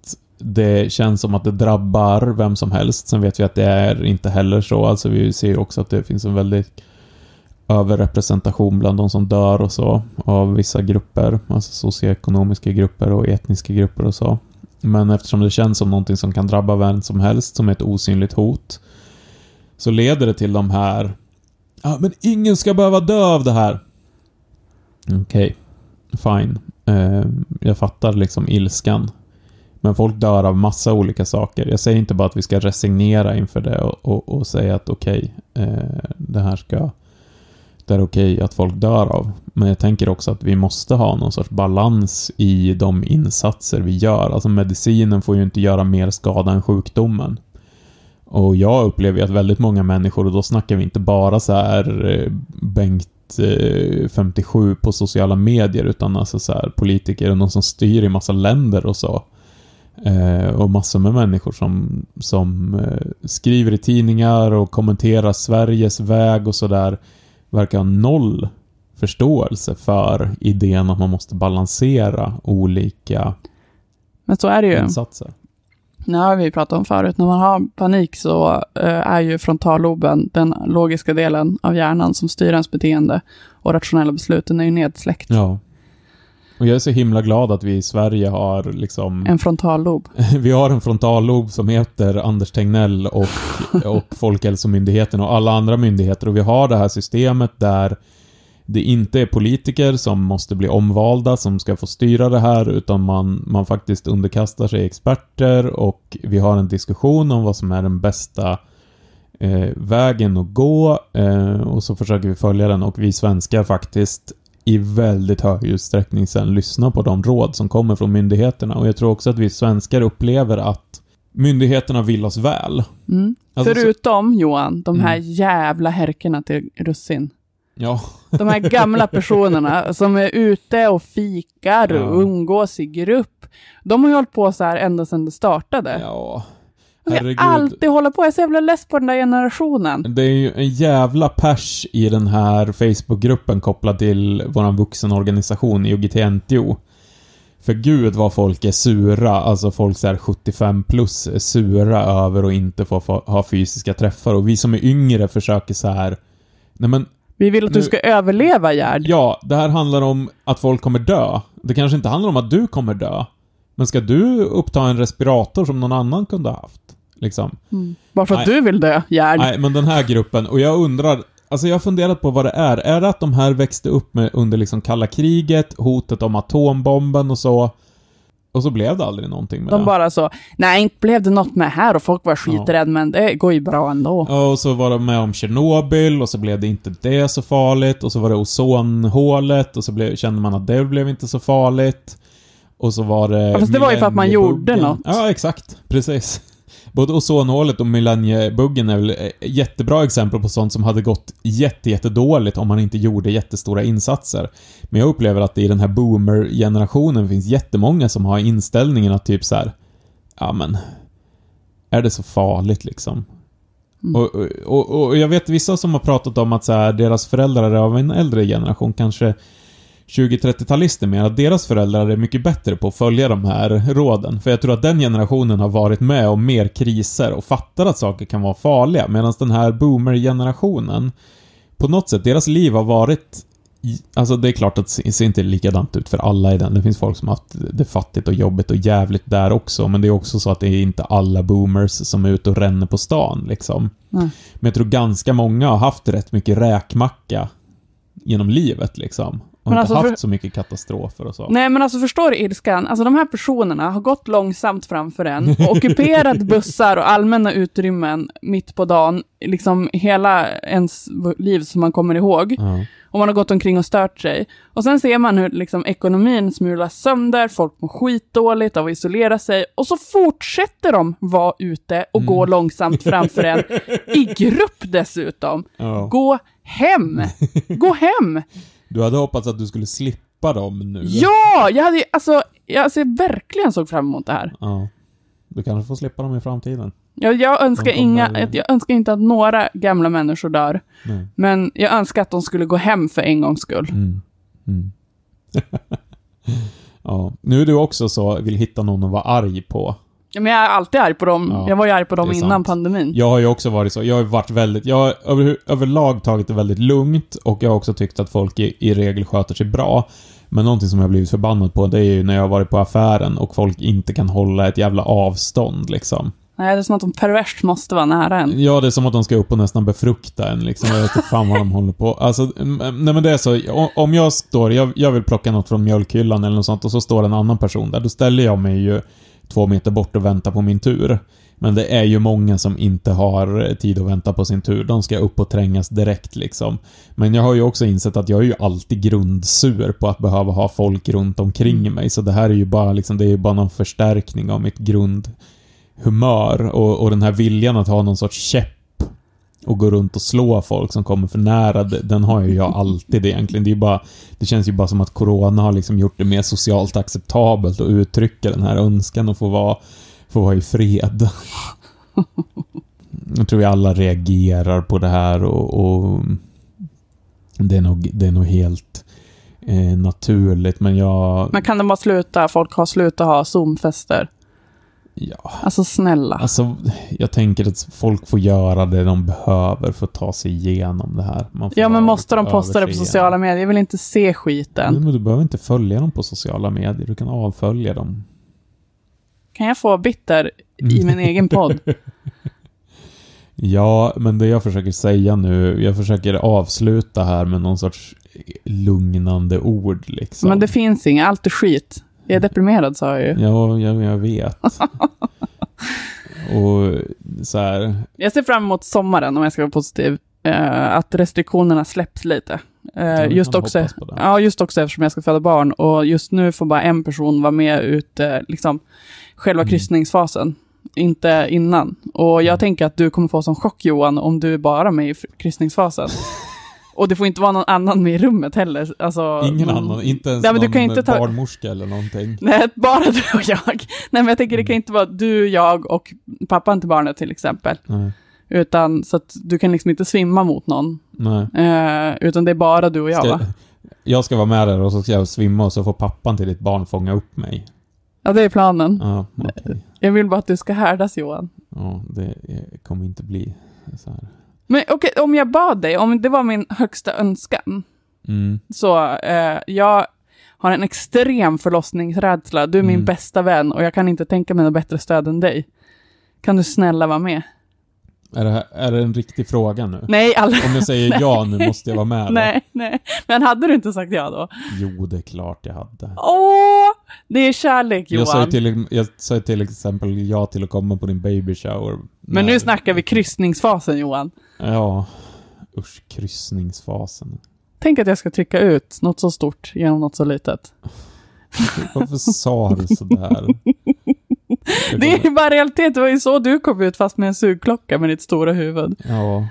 det känns som att det drabbar vem som helst. Sen vet vi att det är inte heller så. Alltså vi ser ju också att det finns en väldigt överrepresentation bland de som dör och så av vissa grupper, alltså socioekonomiska grupper och etniska grupper och så. Men eftersom det känns som någonting som kan drabba vem som helst, som ett osynligt hot, så leder det till de här ja, men ingen ska behöva dö av det här. Okej, okay. Fine. Uh, jag fattar liksom ilskan. Men folk dör av massa olika saker. Jag säger inte bara att vi ska resignera inför det och, och, och säga att okej, okay, uh, det här ska det är okej okay att folk dör av. Men jag tänker också att vi måste ha någon sorts balans i de insatser vi gör. Alltså medicinen får ju inte göra mer skada än sjukdomen. Och jag upplever att väldigt många människor, och då snackar vi inte bara så här Bengt femtiosju på sociala medier, utan alltså så här politiker och någon som styr i massa länder och så. Eh, och massor med människor som, som eh, skriver i tidningar och kommenterar Sveriges väg och så där, verkar ha noll förståelse för idén att man måste balansera olika Men så är det ju. insatser. Det har vi pratat om förut. När man har panik så uh, är ju frontalloben den logiska delen av hjärnan som styr ens beteende. Och rationella besluten är ju nedsläckt. Ja. Och jag är så himla glad att vi i Sverige har liksom... En frontallob. Vi har en frontallob som heter Anders Tegnell och, och Folkhälsomyndigheten och alla andra myndigheter. Och vi har det här systemet där det inte är politiker som måste bli omvalda som ska få styra det här, utan man, man faktiskt underkastar sig experter, och vi har en diskussion om vad som är den bästa eh, vägen att gå, eh, och så försöker vi följa den, och vi svenskar faktiskt i väldigt hög utsträckning sen lyssnar på de råd som kommer från myndigheterna. Och jag tror också att vi svenskar upplever att myndigheterna vill oss väl. Mm. Alltså, Förutom, så... Johan, de här mm. jävla härkerna till russin. Ja. De här gamla personerna som är ute och fikar och ja. umgås i grupp. De har ju hållit på så här ända sedan det startade. Ja. Herregud. Jag alltid håller på. Jag är så jävla less på den där generationen. Det är ju en jävla pers i den här Facebookgruppen kopplad till våran vuxenorganisation I O G T N T O. För gud vad folk är sura. Alltså folk så här sjuttiofem plus är sura över att inte få ha fysiska träffar. Och vi som är yngre försöker så här... Nej men... Vi vill att nu, du ska överleva, Gerd. Ja, det här handlar om att folk kommer dö. Det kanske inte handlar om att du kommer dö. Men ska du uppta en respirator som någon annan kunde ha haft? Liksom. Mm. Bara för att Nej. du vill dö, Gerd. Nej, men den här gruppen, och jag undrar, alltså jag har funderat på vad det är. Är det att de här växte upp med under liksom kalla kriget, hotet om atombomben och så, och så blev det aldrig någonting med de det? bara så, nej, inte blev det något med här och folk var skiträdda, ja. Men det går ju bra ändå. Och så var de med om Tjernobyl och så blev det inte det så farligt, och så var det ozonhålet och så blev, kände man att det blev inte så farligt. Och så var det... Ja, fast det var ju för att man gjorde något. Ja, exakt. Precis. Både ozonhålet och millenniebuggen är väl jättebra exempel på sånt som hade gått jätte, jätte dåligt om man inte gjorde jättestora insatser. Men jag upplever att det i den här boomer-generationen finns jättemånga som har inställningen att typ så här, ja men, är det så farligt liksom? Mm. Och, och, och jag vet vissa som har pratat om att så här, deras föräldrar är av en äldre generation, kanske tjugo-trettio-talister, med att deras föräldrar är mycket bättre på att följa de här råden. För jag tror att den generationen har varit med om mer kriser och fattar att saker kan vara farliga. Medan den här boomer-generationen, på något sätt, deras liv har varit... Alltså det är klart att det ser inte likadant ut för alla i den. Det finns folk som har haft det fattigt och jobbigt och jävligt där också. Men det är också så att det är inte alla boomers som är ute och ränner på stan liksom. Mm. Men jag tror ganska många har haft rätt mycket räkmacka genom livet liksom. Och men inte alltså haft för... så mycket katastrofer och så. Nej, men alltså förstår du ilskan? Alltså de här personerna har gått långsamt framför en och ockuperat bussar och allmänna utrymmen mitt på dagen. Liksom hela ens liv som man kommer ihåg. Ja. Och man har gått omkring och stört sig. Och sen ser man hur liksom ekonomin smulas sönder. Folk mår skitdåligt av att isolera sig. Och så fortsätter de vara ute och mm. gå långsamt framför en. I grupp dessutom. Ja. Gå hem! Gå hem! Du hade hoppats att du skulle slippa dem nu. Ja! Jag hade alltså, jag alltså, verkligen såg fram emot det här. Ja. Du kanske får slippa dem i framtiden. Jag, jag, önskar inga, jag önskar inte att några gamla människor dör. Nej. Men jag önskar att de skulle gå hem för en gångs skull. Mm. Mm. Ja. Nu är du också så vill hitta någon att vara arg på. Ja, men jag är alltid arg på dem. Ja, jag var ju arg på dem det är innan sant. pandemin. Jag har ju också varit så. Jag har varit väldigt... Jag har över, överlag tagit det väldigt lugnt. Och jag har också tyckt att folk i, i regel sköter sig bra. Men någonting som jag har blivit förbannad på, det är ju när jag har varit på affären och folk inte kan hålla ett jävla avstånd, liksom. Nej, det är som att de perverst måste vara nära en. Ja, det är som att de ska upp och nästan befrukta en, liksom. Jag vet inte fan vad de håller på. Alltså, nej men det är så, om jag står, jag, jag vill plocka något från mjölkhyllan eller något sånt, och så står en annan person där, då ställer jag mig ju två meter bort och väntar på min tur. Men det är ju många som inte har tid att vänta på sin tur. De ska upp och trängas direkt, liksom. Men jag har ju också insett att jag är ju alltid grundsur på att behöva ha folk runt omkring mig. Så det här är ju bara, liksom, det är ju bara någon förstärkning av mitt grundhumör. Och, och den här viljan att ha någon sorts käpp och gå runt och slå folk som kommer för nära, den har ju jag alltid egentligen. Det är ju bara, det känns ju bara som att corona har liksom gjort det mer socialt acceptabelt att uttrycka den här önskan och få vara få vara i fred. Jag tror vi alla reagerar på det här, och, och det är nog, det är nog helt eh, naturligt, men jag... Men kan det bara sluta? Folk har slutat ha Zoom-fester. Ja. Alltså snälla. Alltså, jag tänker att folk får göra det de behöver för att ta sig igenom det här. Man får ja, men måste de över posta det på sig sociala igenom. medier? Jag vill inte se skiten. Men du behöver inte följa dem på sociala medier. Du kan avfölja dem. Kan jag få bitter i min egen podd? Ja, men det jag försöker säga nu, jag försöker avsluta här med någon sorts lugnande ord, liksom. Men det finns inget, allt är skit. Jag är deprimerad, sa jag ju. Ja, jag, jag vet. Och så här... Jag ser fram emot sommaren, om jag ska vara positiv. Uh, att restriktionerna släpps lite. Uh, Ja, just, också, ja, just också eftersom jag ska föda barn. Och just nu får bara en person vara med ute, liksom, själva Mm. kryssningsfasen. Inte innan. Och jag Mm. tänker att du kommer få som chock, Johan, om du är bara med i kryssningsfasen. Och det får inte vara någon annan med i rummet heller. Alltså, Ingen någon... annan, inte ens Nej, men någon du kan inte ta... barnmorska eller någonting. Nej, bara du och jag. Nej, men jag tänker det kan inte vara du, jag och pappan till barnet till exempel. Nej. Utan så att du kan liksom inte svimma mot någon. Nej. Eh, utan det är bara du och jag, ska, va? Jag ska vara med där och så ska jag svimma och så får pappan till ditt barn fånga upp mig. Ja, det är planen. Ja, okej. Okay. Jag vill bara att du ska härdas, Johan. Ja, det kommer inte bli så här. Men okej, okay, om jag bad dig, om det var min högsta önskan. Mm. Så eh, jag har en extrem förlossningsrädsla. Du är min Mm. bästa vän och jag kan inte tänka mig något bättre stöd än dig. Kan du snälla vara med? Är det, här, är det en riktig fråga nu? Nej, alla... Om jag säger ja nu måste jag vara med då. Nej, nej. Men hade du inte sagt ja då? Jo, det är klart jag hade. Åh, det är kärlek, Johan. Jag sa, till, jag sa till exempel ja till att komma på din baby shower. Men nu snackar vi kryssningsfasen, Johan. Ja, usch, kryssningsfasen. Tänk att jag ska trycka ut något så stort genom något så litet. Varför sa du sådär? Det är ju bara realitet. Det var ju så du kom ut fast med en sugklocka med ditt stora huvud. Ja.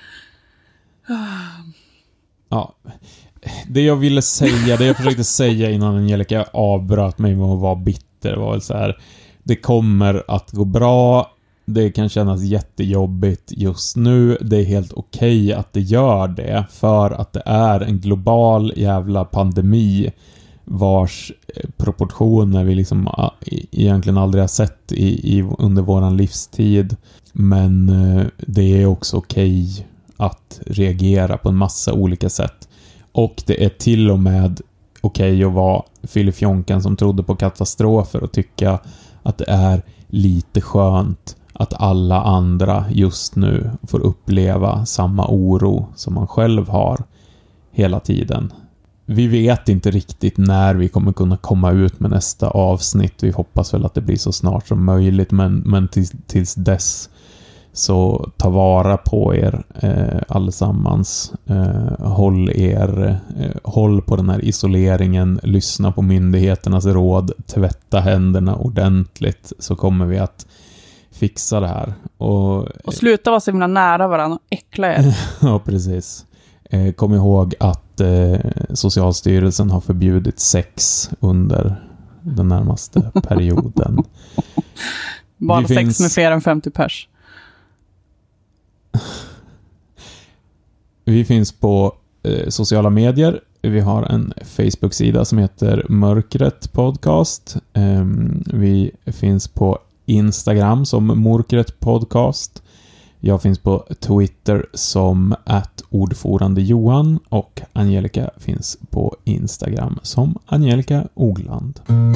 Ja. Det jag ville säga, det jag försökte säga innan Angelica avbröt mig med att vara bitter var väl så här: det kommer att gå bra. Det kan kännas jättejobbigt just nu. Det är helt okej att det gör det, för att det är en global jävla pandemi vars proportioner vi liksom egentligen aldrig har sett i, i, under våran livstid. Men det är också okej att reagera på en massa olika sätt. Och det är till och med okej att vara fyllefjonken som trodde på katastrofer och tycka att det är lite skönt att alla andra just nu får uppleva samma oro som man själv har hela tiden. Vi vet inte riktigt när vi kommer kunna komma ut med nästa avsnitt. Vi hoppas väl att det blir så snart som möjligt, men, men tills, tills dess så ta vara på er eh, allesammans. Eh, håll er eh, håll på den här isoleringen, lyssna på myndigheternas råd, tvätta händerna ordentligt, så kommer vi att fixa det här. Och, och sluta vara så himla nära varandra och äckla er. Ja, precis. Eh, kom ihåg att eh, Socialstyrelsen har förbjudit sex under den närmaste perioden. Bara Vi sex finns... med fler än femtio pers. Vi finns på eh, sociala medier. Vi har en Facebook-sida som heter Mörkret Podcast. Eh, vi finns på Instagram som Mörkret Podcast. Jag finns på Twitter som at ordförande Johan och Angelica finns på Instagram som Angelica Ogland.